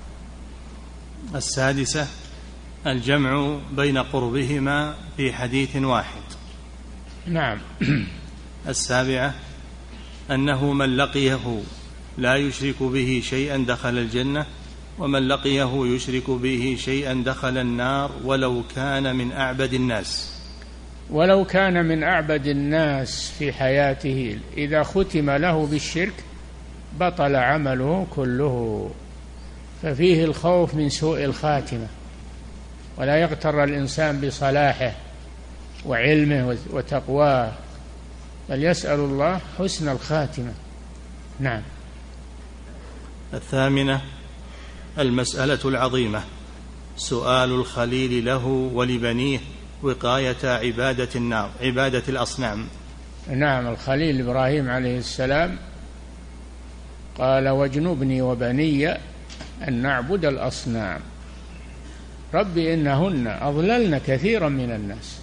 السادسة الجمع بين قربهما في حديث واحد.
نعم.
السابعة أنه من لقيه لا يشرك به شيئا دخل الجنة، ومن لقيه يشرك به شيئا دخل النار ولو كان من أعبد الناس.
ولو كان من أعبد الناس في حياته إذا ختم له بالشرك بطل عمله كله. ففيه الخوف من سوء الخاتمة، ولا يغتر الإنسان بصلاحه وعلمه وتقواه، بل يسأل الله حسن الخاتمة. نعم.
الثامنة المسألة العظيمة، سؤال الخليل له ولبنيه وقاية عبادة النار عبادة الأصنام.
نعم، الخليل إبراهيم عليه السلام قال: واجنبني وبني أن نعبد الأصنام. رب إنهن أضللن كثيرا من الناس.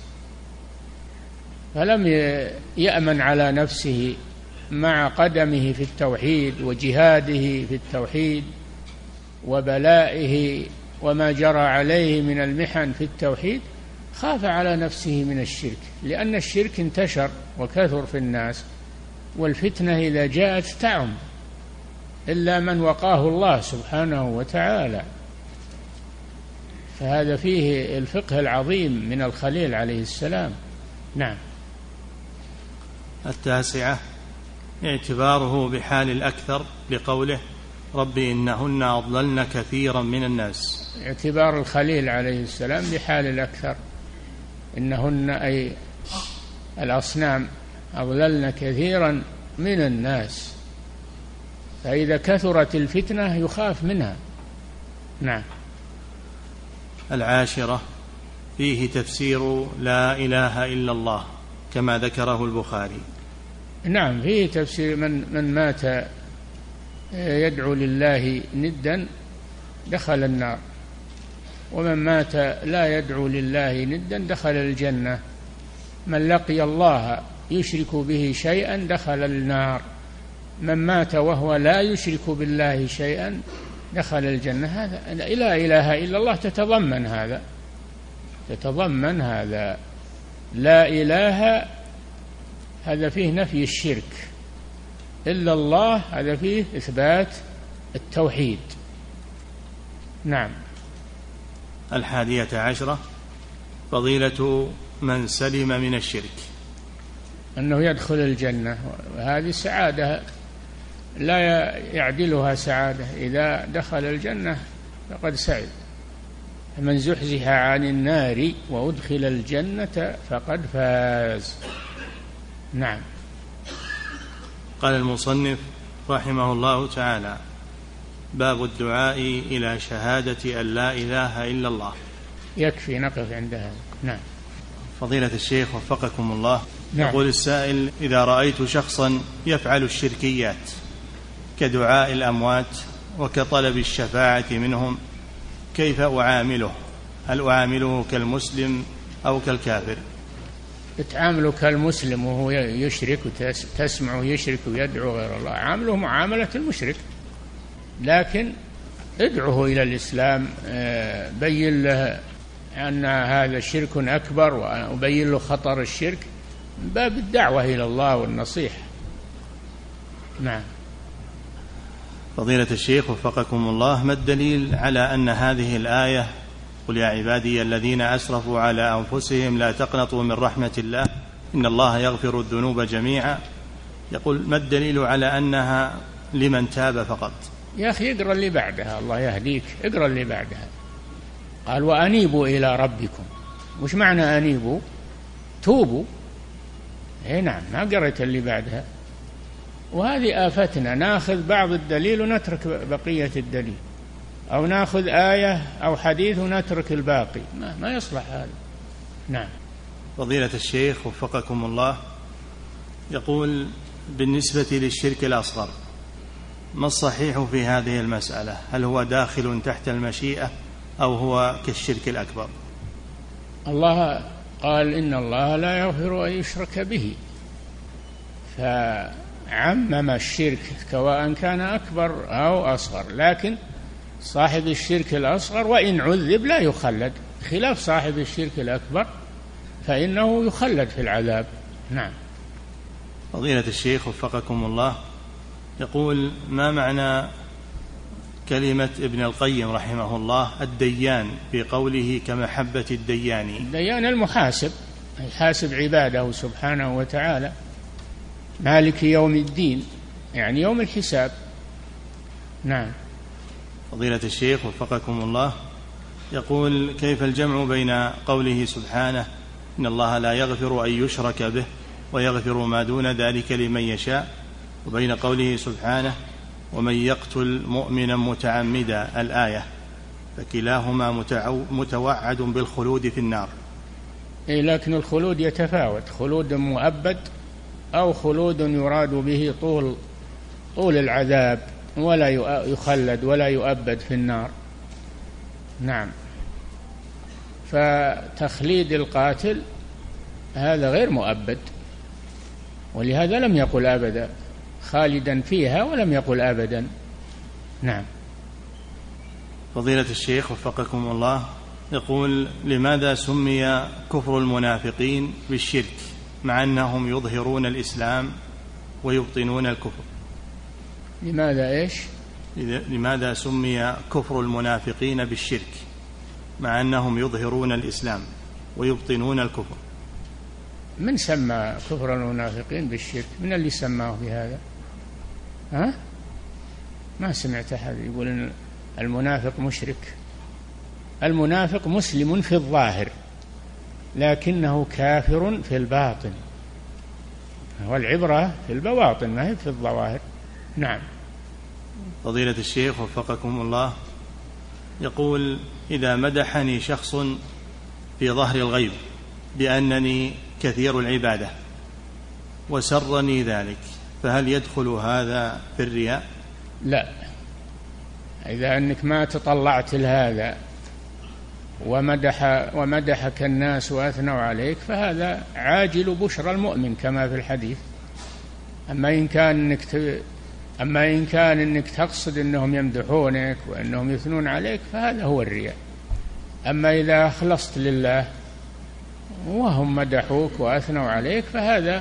فلم يأمن على نفسه مع قدمه في التوحيد وجهاده في التوحيد وبلائه وما جرى عليه من المحن في التوحيد، خاف على نفسه من الشرك، لأن الشرك انتشر وكثر في الناس، والفتنة إذا جاءت تعم إلا من وقاه الله سبحانه وتعالى. فهذا فيه الفقه العظيم من الخليل عليه السلام. نعم.
التاسعة اعتباره بحال الأكثر لقوله: رب إنهن أضللن كثيرا من الناس.
اعتبار الخليل عليه السلام بحال الأكثر، إنهن أي الأصنام أضللن كثيرا من الناس، فإذا كثرت الفتنة يخاف منها. نعم.
العاشرة فيه تفسير لا إله إلا الله كما ذكره البخاري.
نعم، فيه تفسير من من مات يدعو لله ندا دخل النار، ومن مات لا يدعو لله ندا دخل الجنة. من لقي الله يشرك به شيئا دخل النار، من مات وهو لا يشرك بالله شيئا دخل الجنة. هذا لا إله إلا الله تتضمن هذا تتضمن هذا لا إله، هذا فيه نفي الشرك، إلا الله هذا فيه إثبات التوحيد. نعم.
الحادية عشرة فضيلة من سلم من الشرك،
أنه يدخل الجنة، وهذه السعادة لا يعدلها سعادة. إذا دخل الجنة فقد سعد. من زحزح عن النار وأدخل الجنة فقد فاز. نعم.
قال المصنف رحمه الله تعالى: باب الدعاء إلى شهادة أن لا إله إلا الله.
يكفي نقف عند هذا. نعم.
فضيلة الشيخ وفقكم الله.
نعم.
يقول السائل: إذا رأيت شخصا يفعل الشركيات كدعاء الأموات وكطلب الشفاعة منهم، كيف أعامله؟ هل أعامله كالمسلم أو كالكافر؟
تعامله كالمسلم وهو يشرك وتسمعه يشرك ويدعو غير الله، عامله معاملة المشرك، لكن ادعوه إلى الإسلام، بين له أن هذا شرك أكبر وبين له خطر الشرك، من باب الدعوة إلى الله والنصيحة. نعم.
فضيلة الشيخ وفقكم الله، ما الدليل على أن هذه الآية قل يا عبادي الذين أسرفوا على أنفسهم لا تقنطوا من رحمة الله إن الله يغفر الذنوب جميعا، يقول ما الدليل على أنها لمن تاب فقط؟
يا أخي اقرأ اللي بعدها، الله يهديك، اقرأ اللي بعدها. قال وأنيبوا إلى ربكم. وش معنى أنيبوا؟ توبوا. اي نعم، ما قرأت اللي بعدها. وهذه آفتنا، ناخذ بعض الدليل ونترك بقية الدليل، أو ناخذ آية أو حديث ونترك الباقي، ما, ما يصلح هذا. نعم.
فضيلة الشيخ وفقكم الله، يقول بالنسبة للشرك الأصغر ما الصحيح في هذه المسألة؟ هل هو داخل تحت المشيئة أو هو كالشرك الأكبر؟
الله قال إن الله لا يغفر أن يشرك به، فعمم الشرك سواء كان أكبر أو أصغر، لكن صاحب الشرك الأصغر وإن عذب لا يخلد، خلاف صاحب الشرك الأكبر فإنه يخلد في العذاب. نعم.
فضيلة الشيخ وفقكم الله، يقول ما معنى كلمة ابن القيم رحمه الله الديان في قوله كمحبة الديان؟
الديان المحاسب، يحاسب عباده سبحانه وتعالى. مالك يوم الدين يعني يوم الحساب. نعم.
فضيلة الشيخ وفقكم الله، يقول: كيف الجمع بين قوله سبحانه إن الله لا يغفر أن يشرك به ويغفر ما دون ذلك لمن يشاء، وبين قوله سبحانه ومن يقتل مؤمنا متعمدا الآية، فكلاهما متوعد بالخلود في النار؟
إيه، لكن الخلود يتفاوت، خلود مؤبد أو خلود يراد به طول طول العذاب ولا يخلد ولا يؤبد في النار. نعم. فتخليد القاتل هذا غير مؤبد، ولهذا لم يقل أبدا، خالدا فيها ولم يقل أبدا. نعم.
فضيلة الشيخ وفقكم الله، يقول: لماذا سمي كفر المنافقين بالشرك مع أنهم يظهرون الإسلام ويبطنون الكفر؟
لماذا إيش؟
لماذا سمي كفر المنافقين بالشرك مع أنهم يظهرون الإسلام ويبطنون الكفر؟
من سمى كفر المنافقين بالشرك؟ من اللي سماه بهذا؟ ها؟ ما سمعت أحد يقول إن المنافق مشرك. المنافق مسلم في الظاهر لكنه كافر في الباطن، والعبرة في البواطن ما هي في الظواهر. نعم.
فضيلة الشيخ وفقكم الله، يقول: إذا مدحني شخص في ظهر الغيب بأنني كثير العبادة وسرني ذلك، فهل يدخل هذا في الرياء؟
لا، إذا أنك ما تطلعت لهذا ومدح ومدحك الناس وأثنوا عليك فهذا عاجل بشرى المؤمن كما في الحديث. أما إن كان إنك ت... أما إن كان إنك تقصد أنهم يمدحونك وأنهم يثنون عليك فهذا هو الرياء. أما إذا أخلصت لله وهم مدحوك وأثنوا عليك فهذا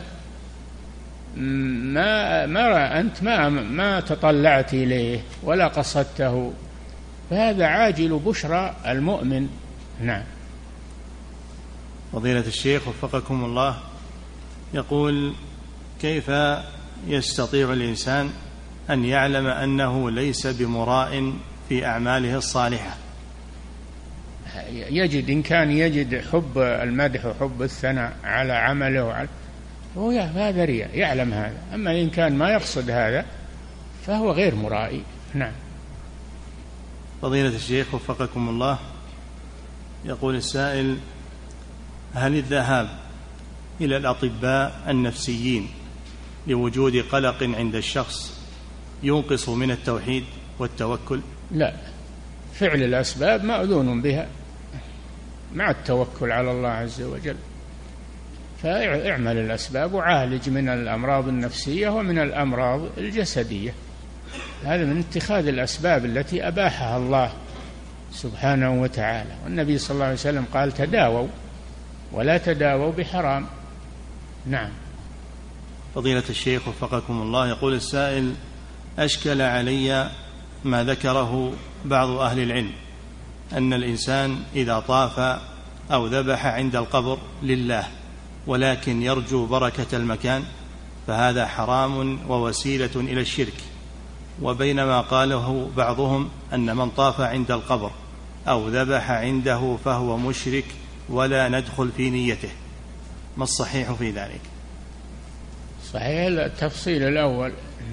ما ما أنت ما ما تطلعت إليه ولا قصدته، فهذا عاجل بشرى المؤمن. نعم.
فضيلة الشيخ وفقكم الله، يقول: كيف يستطيع الإنسان أن يعلم أنه ليس بمراء في أعماله الصالحة؟
يجد، إن كان يجد حب المدح وحب الثناء على عمله وعلى هو هذا رياء، يعلم هذا. أما إن كان ما يقصد هذا فهو غير مرائي. نعم.
فضيلة الشيخ وفقكم الله، يقول السائل: هل الذهاب إلى الأطباء النفسيين لوجود قلق عند الشخص ينقص من التوحيد والتوكل؟
لا، فعل الأسباب مأذون بها مع التوكل على الله عز وجل. فاعمل الأسباب وعالج من الأمراض النفسية ومن الأمراض الجسدية. هذا من اتخاذ الأسباب التي أباحها الله سبحانه وتعالى. والنبي صلى الله عليه وسلم قال: تداووا ولا تداووا بحرام. نعم.
فضيلة الشيخ وفقكم الله، يقول السائل: أشكل علي ما ذكره بعض أهل العلم أن الإنسان إذا طاف أو ذبح عند القبر لله ولكن يرجو بركة المكان فهذا حرام ووسيلة إلى الشرك، وبينما قاله بعضهم أن من طاف عند القبر أو ذبح عنده فهو مشرك ولا ندخل في نيته، ما الصحيح في ذلك؟
صحيح التفصيل الأول،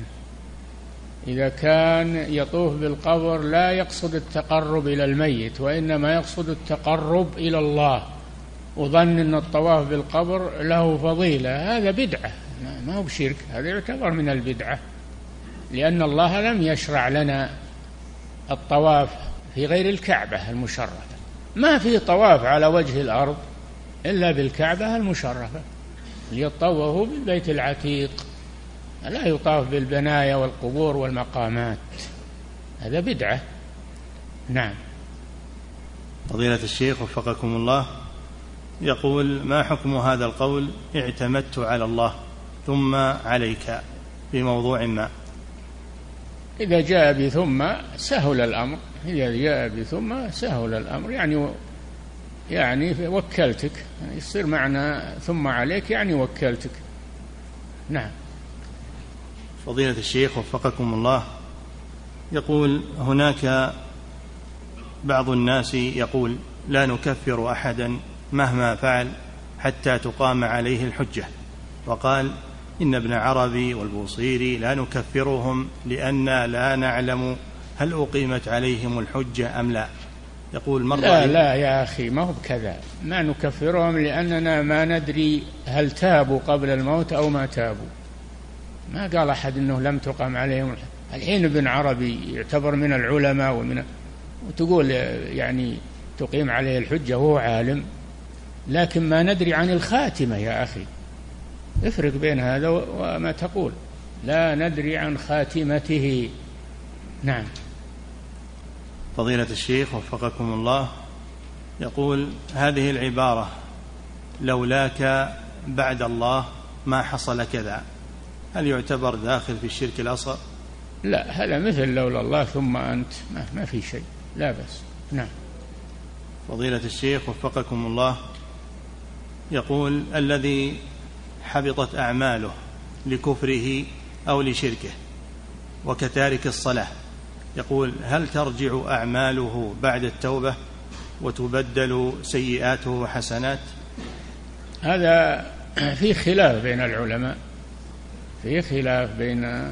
إذا كان يطوف بالقبر لا يقصد التقرب إلى الميت وإنما يقصد التقرب إلى الله وظن أن الطواف بالقبر له فضيلة، هذا بدعة ما هو بشرك، هذا يعتبر من البدعة، لأن الله لم يشرع لنا الطواف في غير الكعبة المشرفة. ما في طواف على وجه الأرض إلا بالكعبة المشرفة، ليطوفوا بالبيت العتيق، لا يطاف بالبنايا والقبور والمقامات، هذا بدعة. نعم.
فضيلة الشيخ وفقكم الله، يقول: ما حكم هذا القول: اعتمدت على الله ثم عليك في موضوع ما؟
إذا جاء بثم سهل الأمر، إذا جاء بثم سهل الأمر، يعني يعني وكلتك، يصير معنى ثم عليك يعني وكلتك. نعم.
فضيلة الشيخ وفقكم الله، يقول هناك بعض الناس يقول لا نكفر أحدا مهما فعل حتى تقام عليه الحجة، وقال إن ابن عربي والبوصيري لا نكفرهم لأننا لا نعلم هل أقيمت عليهم الحجة أم لا. يقول مرة
لا لا يا أخي، ما هو بكذا، ما نكفرهم لأننا ما ندري هل تابوا قبل الموت أو ما تابوا. ما قال أحد أنه لم تقام عليهم الحجة. الحين ابن عربي يعتبر من العلماء ومن وتقول يعني تقيم عليه الحجة وهو عالم، لكن ما ندري عن الخاتمة يا أخي، افرق بين هذا وما تقول لا ندري عن خاتمته. نعم.
فضيلة الشيخ وفقكم الله، يقول هذه العبارة لولاك بعد الله ما حصل كذا، هل يعتبر داخل في الشرك الأصغر؟
لا، هذا مثل لولا الله ثم أنت، ما, ما في شيء، لا بس. نعم.
فضيلة الشيخ وفقكم الله، يقول الذي حبطت أعماله لكفره أو لشركه وكتارك الصلاة، يقول هل ترجع أعماله بعد التوبة وتبدل سيئاته حسنات؟
هذا في خلاف بين العلماء، في خلاف بين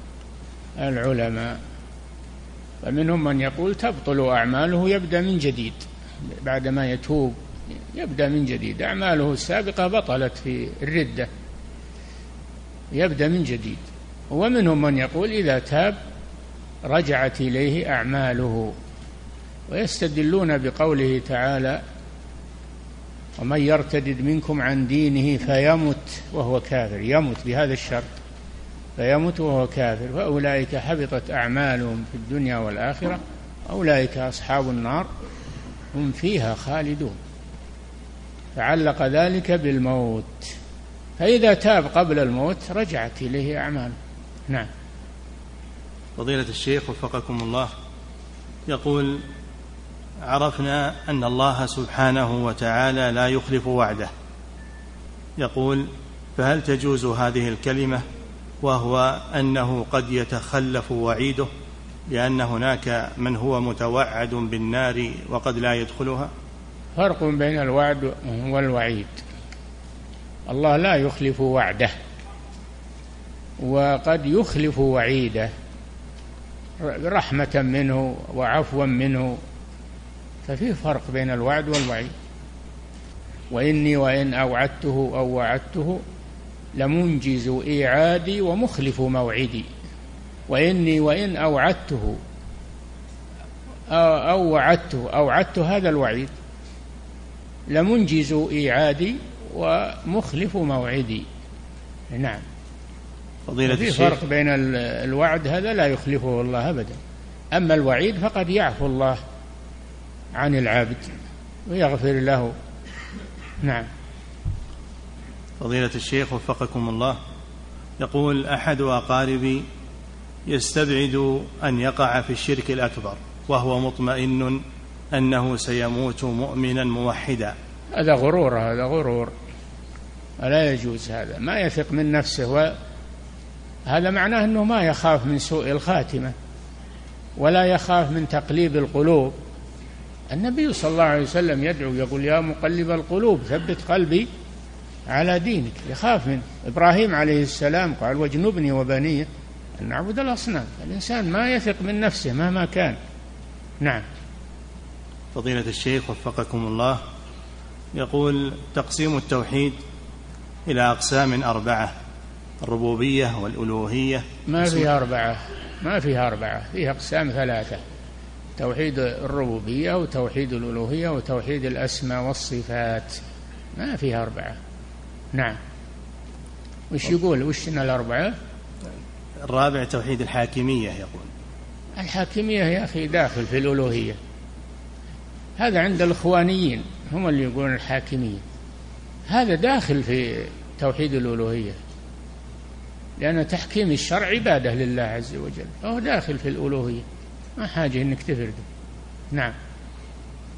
العلماء، فمنهم من يقول تبطل أعماله، يبدأ من جديد بعدما يتوب، يبدأ من جديد، أعماله السابقة بطلت في الردة، يبدأ من جديد. ومنهم من يقول إذا تاب رجعت إليه أعماله، ويستدلون بقوله تعالى ومن يرتدد منكم عن دينه فيمت وهو كافر، يمت بهذا الشرط، فيمت وهو كافر فأولئك حبطت أعمالهم في الدنيا والآخرة أولئك أصحاب النار هم فيها خالدون، فعلق ذلك بالموت، فإذا تاب قبل الموت رجعت إليه أعماله. نعم.
فضيلة الشيخ وفقكم الله، يقول عرفنا أن الله سبحانه وتعالى لا يخلف وعده، يقول فهل تجوز هذه الكلمة وهو أنه قد يتخلف وعيده لأن هناك من هو متوعد بالنار وقد لا يدخلها؟
فرق بين الوعد والوعيد، الله لا يخلف وعده وقد يخلف وعيده رحمة منه وعفوا منه، ففي فرق بين الوعد والوعيد. وإني وإن أوعدته أو وعدته لمنجز إيعادي ومخلف موعدي، وإني وإن أوعدته أو وعدته أوعدته هذا الوعيد، لمنجز إيعادي ومخلف موعدي. نعم.
فضيلة
في
الشيخ،
فرق بين الوعد هذا لا يخلفه الله أبدا، أما الوعيد فقد يعفو الله عن العبد ويغفر له. نعم.
فضيلة الشيخ وفقكم الله، يقول أحد أقاربي يستبعد أن يقع في الشرك الأكبر وهو مطمئن أنه سيموت مؤمنا موحدا.
هذا غرور، هذا غرور، لا يجوز، هذا ما يثق من نفسه، وهذا معناه أنه ما يخاف من سوء الخاتمة ولا يخاف من تقليب القلوب. النبي صلى الله عليه وسلم يدعو يقول يا مقلب القلوب ثبت قلبي على دينك، يخاف من إبراهيم عليه السلام قال واجنبني وبني أن نعبد الأصنام. الإنسان ما يثق من نفسه مهما كان. نعم.
فضيلة الشيخ وفقكم الله، يقول تقسيم التوحيد إلى أقسام أربعة، الربوبية والألوهية.
ما فيها أربعة، ما فيها أربعة، فيها أقسام ثلاثة: توحيد الربوبية وتوحيد الألوهية وتوحيد الأسماء والصفات، ما فيها أربعة. نعم. وش يقول وش إن الأربعة؟
الرابع توحيد الحاكمية. يقول
الحاكمية يا أخي داخل في الألوهية، هذا عند الإخوانيين هم اللي يقولون الحاكمية، هذا داخل في توحيد الألوهية، لأن تحكيم الشرع عبادة لله عز وجل، فهو داخل في الألوهية، ما حاجة إنك تفرده. نعم.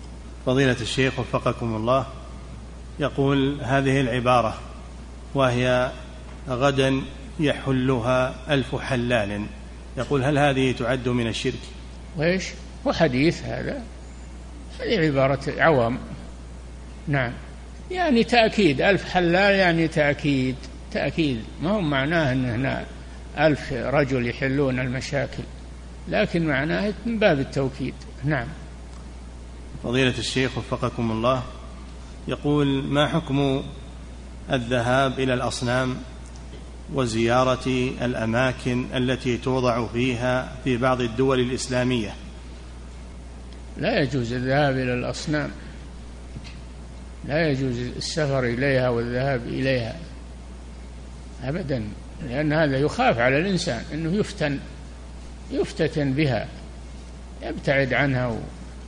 فضيلة الشيخ وفقكم الله، يقول هذه العبارة وهي غدا يحلها ألف حلال، يقول هل هذه تعد من الشرك؟
وإيش هو حديث هذا؟ هذه عبارة عوام. نعم، يعني تأكيد، ألف حلال يعني تأكيد تأكيد، ما هو معناه أن هنا ألف رجل يحلون المشاكل، لكن معناه من باب التوكيد. نعم.
فضيلة الشيخ وفقكم الله، يقول ما حكم الذهاب إلى الأصنام وزيارة الأماكن التي توضع فيها في بعض الدول الإسلامية؟
لا يجوز الذهاب إلى الأصنام، لا يجوز السفر إليها والذهاب إليها أبدا، لأن هذا يخاف على الإنسان أنه يفتن يفتتن بها، يبتعد عنها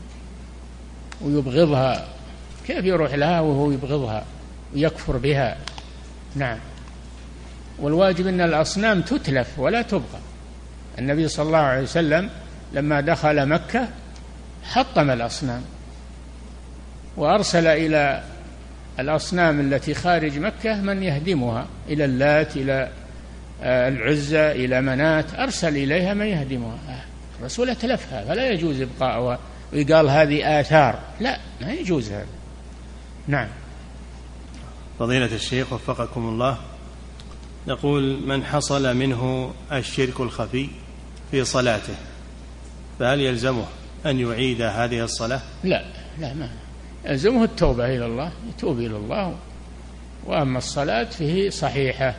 ويبغضها. كيف يروح لها وهو يبغضها ويكفر بها؟ نعم. والواجب أن الأصنام تتلف ولا تبقى. النبي صلى الله عليه وسلم لما دخل مكة حطم الأصنام وأرسل إلى الأصنام التي خارج مكة من يهدمها، إلى اللات، إلى العزى، إلى منات، أرسل إليها من يهدمها. الرسول أتلفها، فلا يجوز إبقاؤها ويقال هذه آثار، لا، ما يجوز هذا. نعم.
فضيلة الشيخ وفقكم الله، يقول من حصل منه الشرك الخفي في صلاته فهل يلزمه أن يعيد هذه الصلاة؟
لا لا، ما يلزمه التوبة إلى الله، يتوب إلى الله. وأما الصلاة فيه صحيحة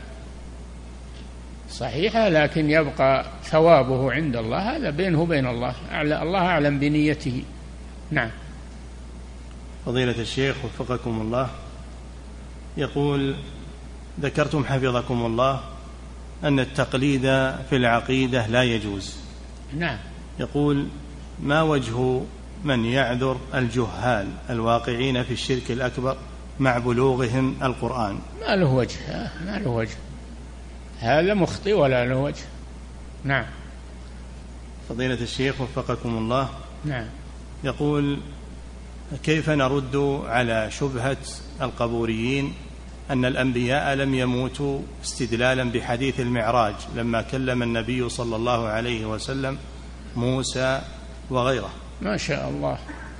صحيحة لكن يبقى ثوابه عند الله، هذا بينه وبين الله، الله أعلم بنيته. نعم.
فضيلة الشيخ وفقكم الله، يقول ذكرتم حفظكم الله أن التقليد في العقيدة لا يجوز.
نعم.
يقول ما وجه من يعذر الجهال الواقعين في الشرك الأكبر مع بلوغهم القرآن؟
ما له وجه، ما له وجه، هذا مخطئ ولا له وجه. نعم.
فضيلة الشيخ وفقكم الله،
نعم،
يقول كيف نرد على شبهة القبوريين أن الأنبياء لم يموتوا استدلالا بحديث المعراج لما كلم النبي صلى الله عليه وسلم موسى وغيره؟
ما شاء الله.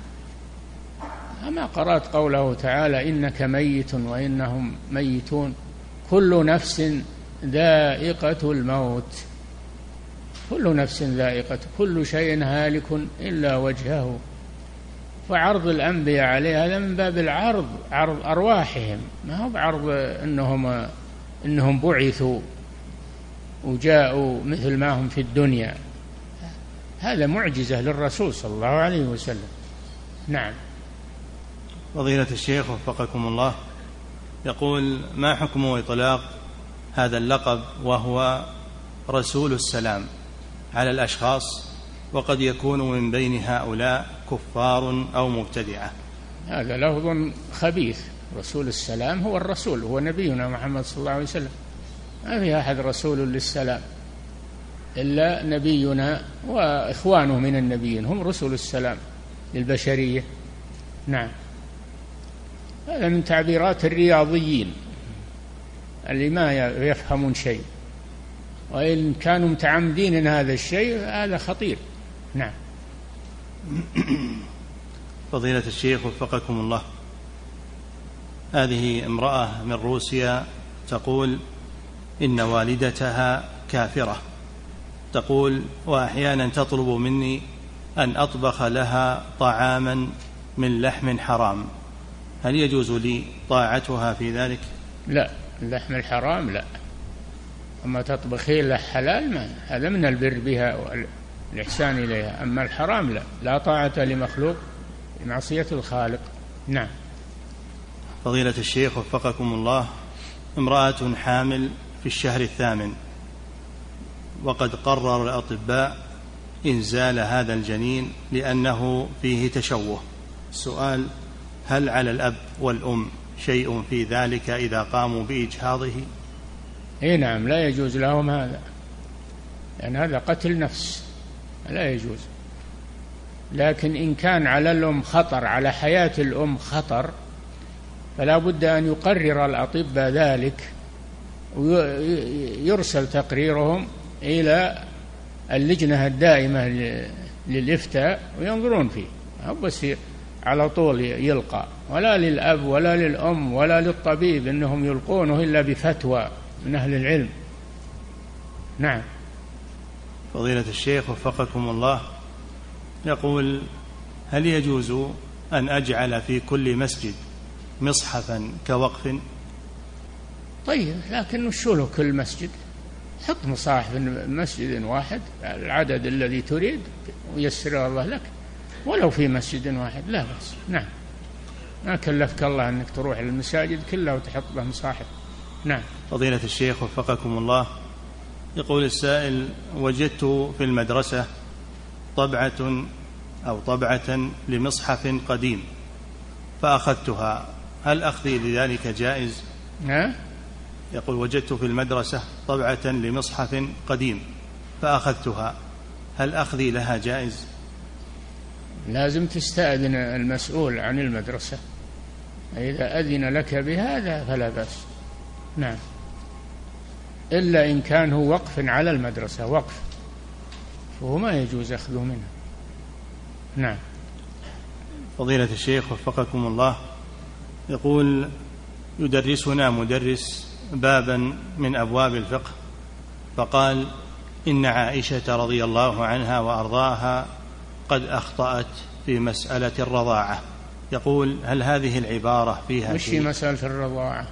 أما قرأت قوله تعالى إنك ميت وإنهم ميتون، كل نفس ذائقة الموت، كل نفس ذائقة، كل شيء هالك إلا وجهه. فعرض الأنبياء عليه هذا من باب العرض، عرض أرواحهم، ما هو بعرض إنهم إنهم بعثوا وجاءوا مثل ما هم في الدنيا. هذا معجزة للرسول صلى الله عليه وسلم. نعم.
فضيلة الشيخ وفقكم الله، يقول ما حكم إطلاق هذا اللقب وهو رسول السلام على الأشخاص وقد يكون من بين هؤلاء كفار أو مبتدعة؟
هذا لفظ خبيث. رسول السلام هو الرسول، هو نبينا محمد صلى الله عليه وسلم، ما في أحد رسول للسلام إلا نبينا وإخوانه من النبيين، هم رسول السلام للبشرية. نعم. هذا من تعبيرات الرياضيين اللي ما يفهمون شيء، وإن كانوا متعمدين إن هذا الشيء هذا خطير. نعم.
فضيلة الشيخ وفقكم الله، هذه امرأة من روسيا تقول إن والدتها كافرة، تقول وأحيانا تطلب مني أن أطبخ لها طعاما من لحم حرام، هل يجوز لي طاعتها في ذلك؟
لا، اللحم الحرام لا، أما تطبخين له حلال ما هذا من البر بها والإحسان إليها، أما الحرام لا، لا طاعة لمخلوق بمعصية الخالق. نعم.
فضيلة الشيخ وفقكم الله، امرأة حامل في الشهر الثامن وقد قرر الأطباء إنزال هذا الجنين لأنه فيه تشوه، السؤال هل على الأب والأم شيء في ذلك إذا قاموا بإجهاضه؟
إيه نعم، لا يجوز لهم هذا، لأن هذا قتل نفس، لا يجوز. لكن إن كان على الأم خطر، على حياة الأم خطر، فلا بد أن يقرر الأطباء ذلك ويرسل تقريرهم إلى اللجنة الدائمة للإفتاء وينظرون فيه، بس على طول يلقى، ولا للأب ولا للأم ولا للطبيب إنهم يلقونه إلا بفتوى من أهل العلم. نعم.
فضيلة الشيخ وفقكم الله، يقول: هل يجوز أن أجعل في كل مسجد مصحفا كوقف؟
طيب، لكن شو له كل مسجد؟ حط مصاحف مسجد واحد، العدد الذي تريد ويسر الله لك، ولو في مسجد واحد لا بأس. نعم، ما كلفك الله أنك تروح للمساجد كلها وتحط له مصاحف. نعم.
فضيلة الشيخ وفقكم الله، يقول السائل: وجدت في المدرسة طبعة أو طبعة لمصحف قديم فأخذتها، هل أخذي لذلك جائز؟
ها؟
يقول: وجدت في المدرسة طبعة لمصحف قديم فأخذتها، هل أخذي لها جائز؟
لازم تستأذن المسؤول عن المدرسة، إذا أذن لك بهذا فلا بأس. نعم، إلا إن كان هو وقف على المدرسة، وقف فهو ما يجوز أخذه منه. نعم.
فضيلة الشيخ وفقكم الله، يقول: يدرسنا مدرس بابا من أبواب الفقه فقال: إن عائشة رضي الله عنها وأرضاها قد أخطأت في مسألة الرضاعة. يقول: هل هذه العبارة فيها
وش في مسألة الرضاعة؟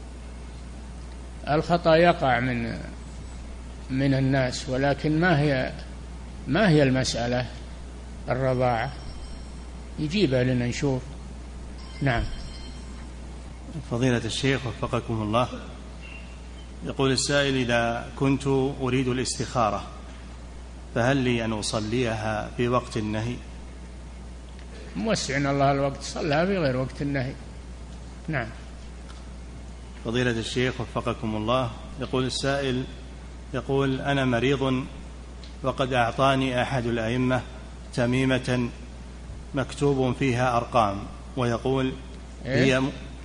الخطأ يقع من من الناس، ولكن ما هي ما هي المسألة الرضاعة؟ يجيبها لنا نشوف. نعم.
فضيلة الشيخ وفقكم الله، يقول السائل: إذا كنت أريد الاستخارة فهل لي أن أصليها في وقت النهي؟
موسعنا الله الوقت، صلها في غير وقت النهي. نعم.
فضيلة الشيخ وفقكم الله، يقول السائل: يقول: أنا مريض وقد أعطاني أحد الأئمة تميمة مكتوب فيها أرقام، ويقول:
إيه؟ هي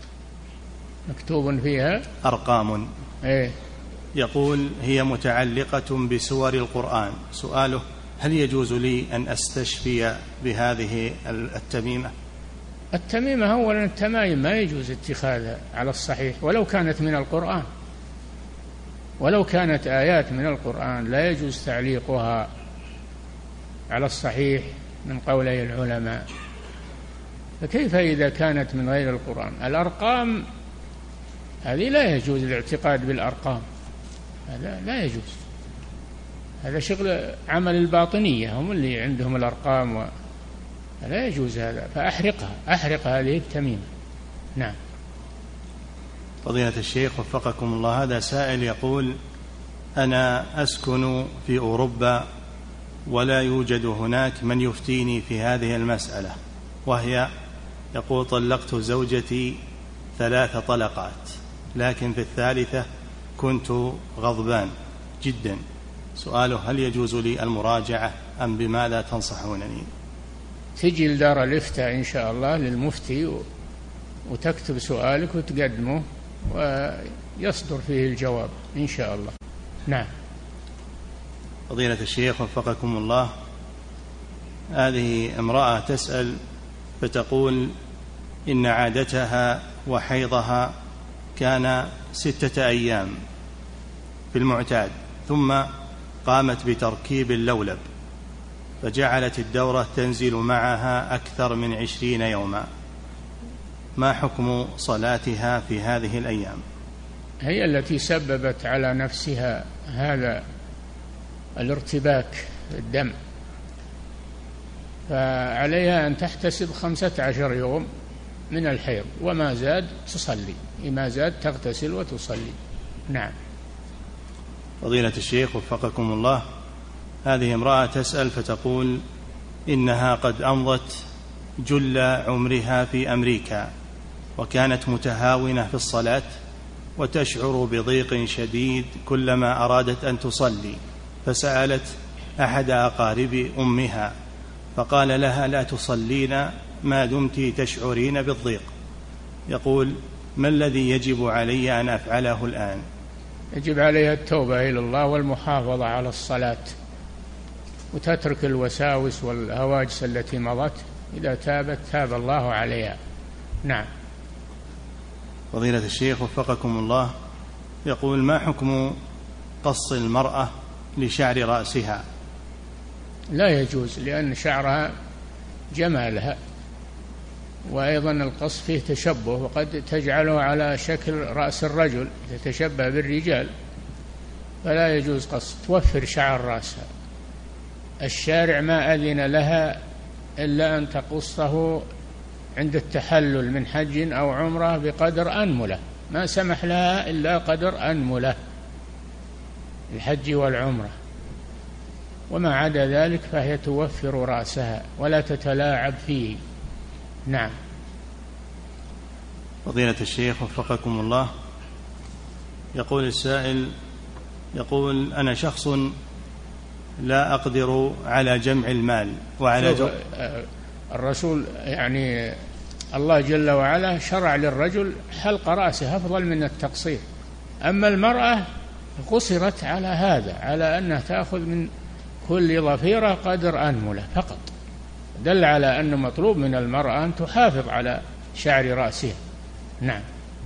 مكتوب فيها أرقام. إيه؟
يقول: هي متعلقة بسور القرآن. سؤاله: هل يجوز لي أن أستشفي بهذه التميمة؟
التميمة أولا التمائم ما يجوز اتخاذها على الصحيح، ولو كانت من القرآن، ولو كانت آيات من القرآن لا يجوز تعليقها على الصحيح من قولي العلماء، فكيف إذا كانت من غير القرآن؟ الأرقام هذه لا يجوز الاعتقاد بالأرقام، هذا لا يجوز، هذا شغل عمل الباطنية، هم اللي عندهم الأرقام و... لا يجوز هذا، فأحرقها، أحرق هذه التميمة. نعم.
فضيلة الشيخ وفقكم الله، هذا سائل يقول: أنا أسكن في أوروبا ولا يوجد هناك من يفتيني في هذه المسألة، وهي يقول: طلقت زوجتي ثلاث طلقات، لكن في الثالثة كنت غضبان جدا. سؤاله: هل يجوز لي المراجعة أم بماذا تنصحونني؟
تجي لدار الإفتاء إن شاء الله للمفتي وتكتب سؤالك وتقدمه ويصدر فيه الجواب إن شاء الله. نعم.
فضيلة الشيخ وفقكم الله، هذه امرأة تسأل فتقول: إن عادتها وحيضها كان ستة أيام في المعتاد، ثم قامت بتركيب اللولب فجعلت الدورة تنزل معها أكثر من عشرين يوما، ما حكم صلاتها في هذه الأيام؟
هي التي سببت على نفسها هذا الارتباك الدم، فعليها أن تحتسب خمسة عشر يوم من الحيض، وما زاد تصلي، ما زاد تغتسل وتصلي. نعم.
فضيلة الشيخ وفقكم الله، هذه امرأة تسأل فتقول: إنها قد أمضت جل عمرها في أمريكا، وكانت متهاونة في الصلاة وتشعر بضيق شديد كلما أرادت أن تصلي، فسألت أحد أقارب أمها فقال لها: لا تصلين ما دمت تشعرين بالضيق. يقول: ما الذي يجب علي أن أفعله الآن؟
يجب عليها التوبة إلى الله والمحافظة على الصلاة، وتترك الوساوس والهواجس التي مضت. إذا تابت تاب الله عليها. نعم.
فضيلة الشيخ وفقكم الله، يقول: ما حكم قص المرأة لشعر رأسها؟
لا يجوز، لأن شعرها جمالها، وأيضا القص فيه تشبه، وقد تجعله على شكل رأس الرجل يتشبه بالرجال، فلا يجوز قص. توفر شعر رأسها. الشارع ما أذن لها إلا أن تقصه عند التحلل من حج أو عمرة بقدر أنملة، ما سمح لها إلا قدر أنملة الحج والعمرة، وما عدا ذلك فهي توفر رأسها ولا تتلاعب فيه. نعم.
فضيلة الشيخ وفقكم الله، يقول السائل: يقول: أنا شخص لا أقدر على جمع المال وعلى جو...
الرسول يعني الله جل وعلا شرع للرجل حلق رأسه أفضل من التقصير، أما المرأة قصرت على هذا، على أنها تأخذ من كل ضفيرة قدر أنملة فقط، دل على أن مطلوب من المرأة أن تحافظ على شعر رأسها. نعم.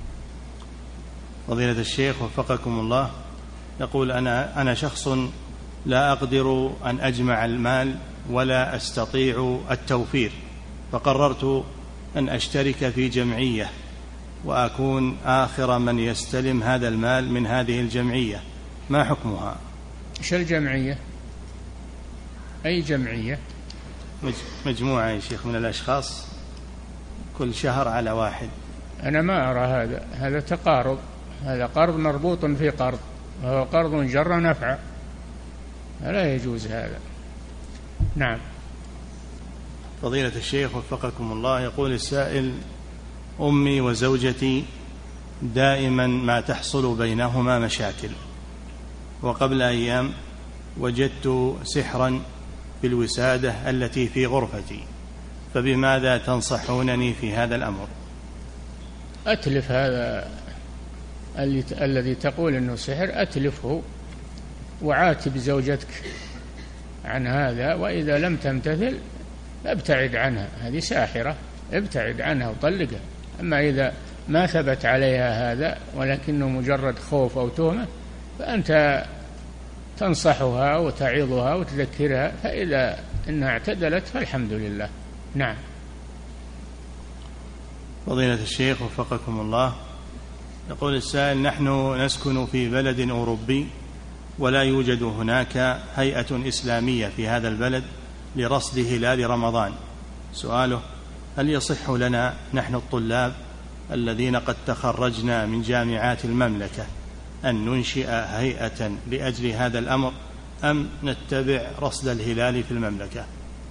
فضيلة الشيخ وفقكم الله، يقول: أنا أنا شخص لا أقدر أن أجمع المال ولا أستطيع التوفير، فقررت أن أشترك في جمعية وأكون آخر من يستلم هذا المال من هذه الجمعية، ما حكمها؟
إيش الجمعية؟ أي جمعية؟
مجموعة يا شيخ من الأشخاص، كل شهر على واحد.
أنا ما أرى هذا، هذا تقارض، هذا قرض مربوط في قرض، وهو قرض جر نفع، لا يجوز هذا. نعم.
فضيلة الشيخ وفقكم الله، يقول السائل: أمي وزوجتي دائما ما تحصل بينهما مشاكل، وقبل أيام وجدت سحرا في الوسادة التي في غرفتي، فبماذا تنصحونني في هذا الأمر؟
أتلف هذا الذي تقول أنه سحر، أتلفه وعاتب زوجتك عن هذا، وإذا لم تمتثل ابتعد عنها، هذه ساحرة، ابتعد عنها وطلقها. أما إذا ما ثبت عليها هذا ولكنه مجرد خوف أو تهمة، فأنت تنصحها وتعظها وتذكرها، فإذا إنها اعتدلت فالحمد لله. نعم.
فضيلة الشيخ وفقكم الله، يقول السائل: نحن نسكن في بلد أوروبي ولا يوجد هناك هيئة إسلامية في هذا البلد لرصد هلال رمضان. سؤاله: هل يصح لنا نحن الطلاب الذين قد تخرجنا من جامعات المملكة أن ننشئ هيئة لأجل هذا الأمر، أم نتبع رصد الهلال في المملكة؟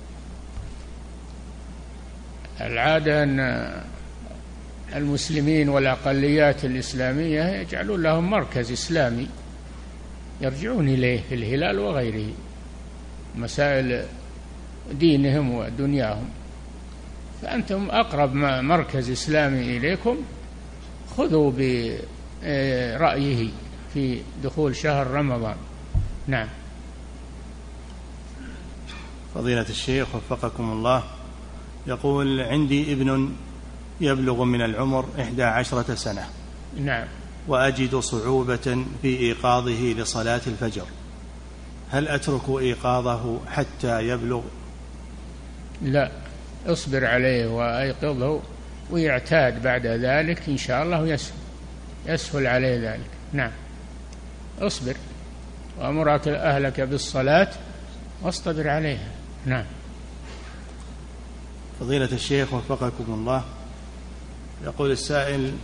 العادة أن المسلمين والأقليات الإسلامية يجعلون لهم مركز إسلامي يرجعون إليه في الهلال وغيره، مسائل دينهم ودنياهم، فأنتم أقرب مركز إسلامي إليكم، خذوا برأيه في دخول شهر رمضان. نعم.
فضيلة الشيخ وفقكم الله، يقول: عندي ابن يبلغ من العمر إحدى عشرة سنة.
نعم.
وأجد صعوبة في إيقاظه لصلاة الفجر، هل أترك إيقاظه حتى يبلغ؟
لا، اصبر عليه وأيقظه ويعتاد بعد ذلك إن شاء الله يسهل, يسهل عليه ذلك. نعم. اصبر وأمرك أهلك بالصلاة واصطبر عليها. نعم.
فضيلة الشيخ وفقكم الله، يقول السائل: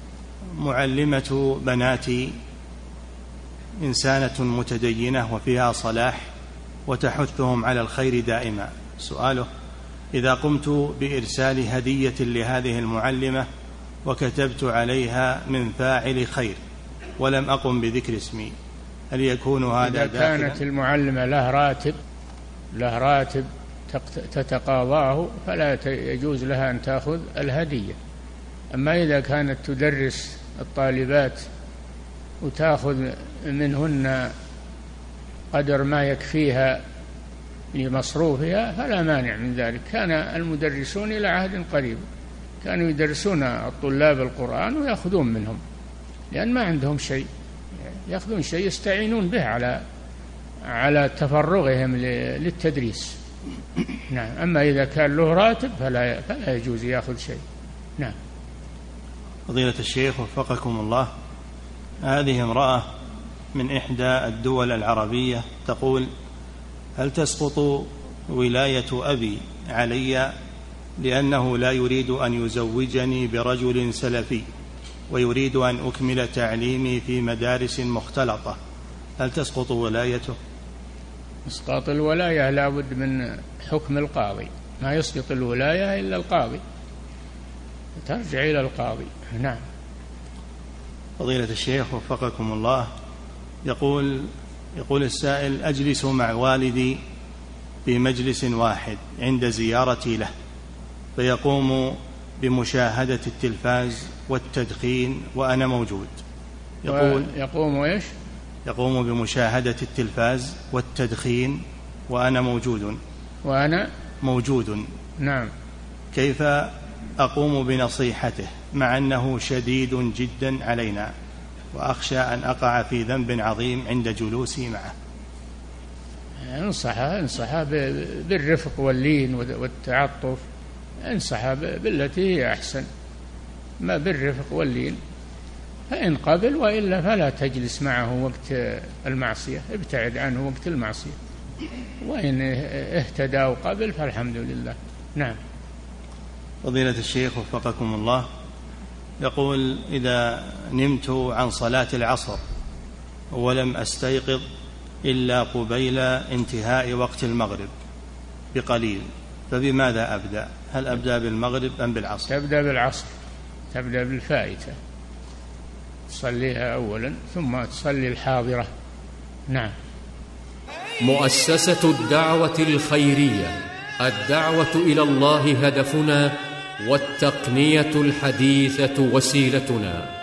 معلمة بناتي إنسانة متدينة وفيها صلاح وتحثهم على الخير دائما. سؤاله: إذا قمت بإرسال هدية لهذه المعلمة وكتبت عليها من فاعل خير ولم أقم بذكر اسمي، هل يكون هذا
إذا كانت المعلمة له راتب له راتب تتقاضاه فلا يجوز لها أن تأخذ الهدية. أما إذا كانت تدرس الطالبات وتأخذ منهن قدر ما يكفيها لمصروفها فلا مانع من ذلك. كان المدرسون إلى عهد قريب كانوا يدرسون الطلاب القرآن ويأخذون منهم، لأن ما عندهم شيء، يأخذون شيء يستعينون به على على تفرغهم للتدريس. نعم. أما إذا كان له راتب فلا فلا يجوز يأخذ شيء. نعم.
فضيلة الشيخ وفقكم الله، هذه امرأة من إحدى الدول العربية تقول: هل تسقط ولاية أبي علي لأنه لا يريد أن يزوجني برجل سلفي ويريد أن أكمل تعليمي في مدارس مختلطة، هل تسقط ولايته؟
إسقاط الولاية لا بد من حكم القاضي، ما يسقط الولاية إلا القاضي، ترجع إلى القاضي. نعم.
فضيلة الشيخ وفقكم الله، يقول يقول السائل: أجلس مع والدي في مجلس واحد عند زيارتي له، فيقوم بمشاهدة التلفاز والتدخين وأنا موجود.
يقول يقوم إيش؟
يقوم بمشاهدة التلفاز والتدخين وأنا موجود
وأنا
موجود
نعم.
كيف أقوم بنصيحته مع أنه شديد جدا علينا، وأخشى أن أقع في ذنب عظيم عند جلوسي معه؟
انصحه انصحه بالرفق واللين والتعطف، انصحه بالتي هي أحسن، ما بالرفق واللين. فإن قبل، وإلا فلا تجلس معه وقت المعصية، ابتعد عنه وقت المعصية. وإن اهتدى قبل فالحمد لله. نعم.
فضيلة الشيخ وفقكم الله، يقول: إذا نمت عن صلاة العصر ولم أستيقظ إلا قبيل انتهاء وقت المغرب بقليل، فبماذا أبدأ؟ هل أبدأ بالمغرب أم بالعصر؟
تبدأ بالعصر، تبدأ بالفائتة، تصليها أولا ثم تصلي الحاضرة. نعم.
مؤسسة الدعوة الخيرية، الدعوة إلى الله هدفنا، والتقنية الحديثة وسيلتنا.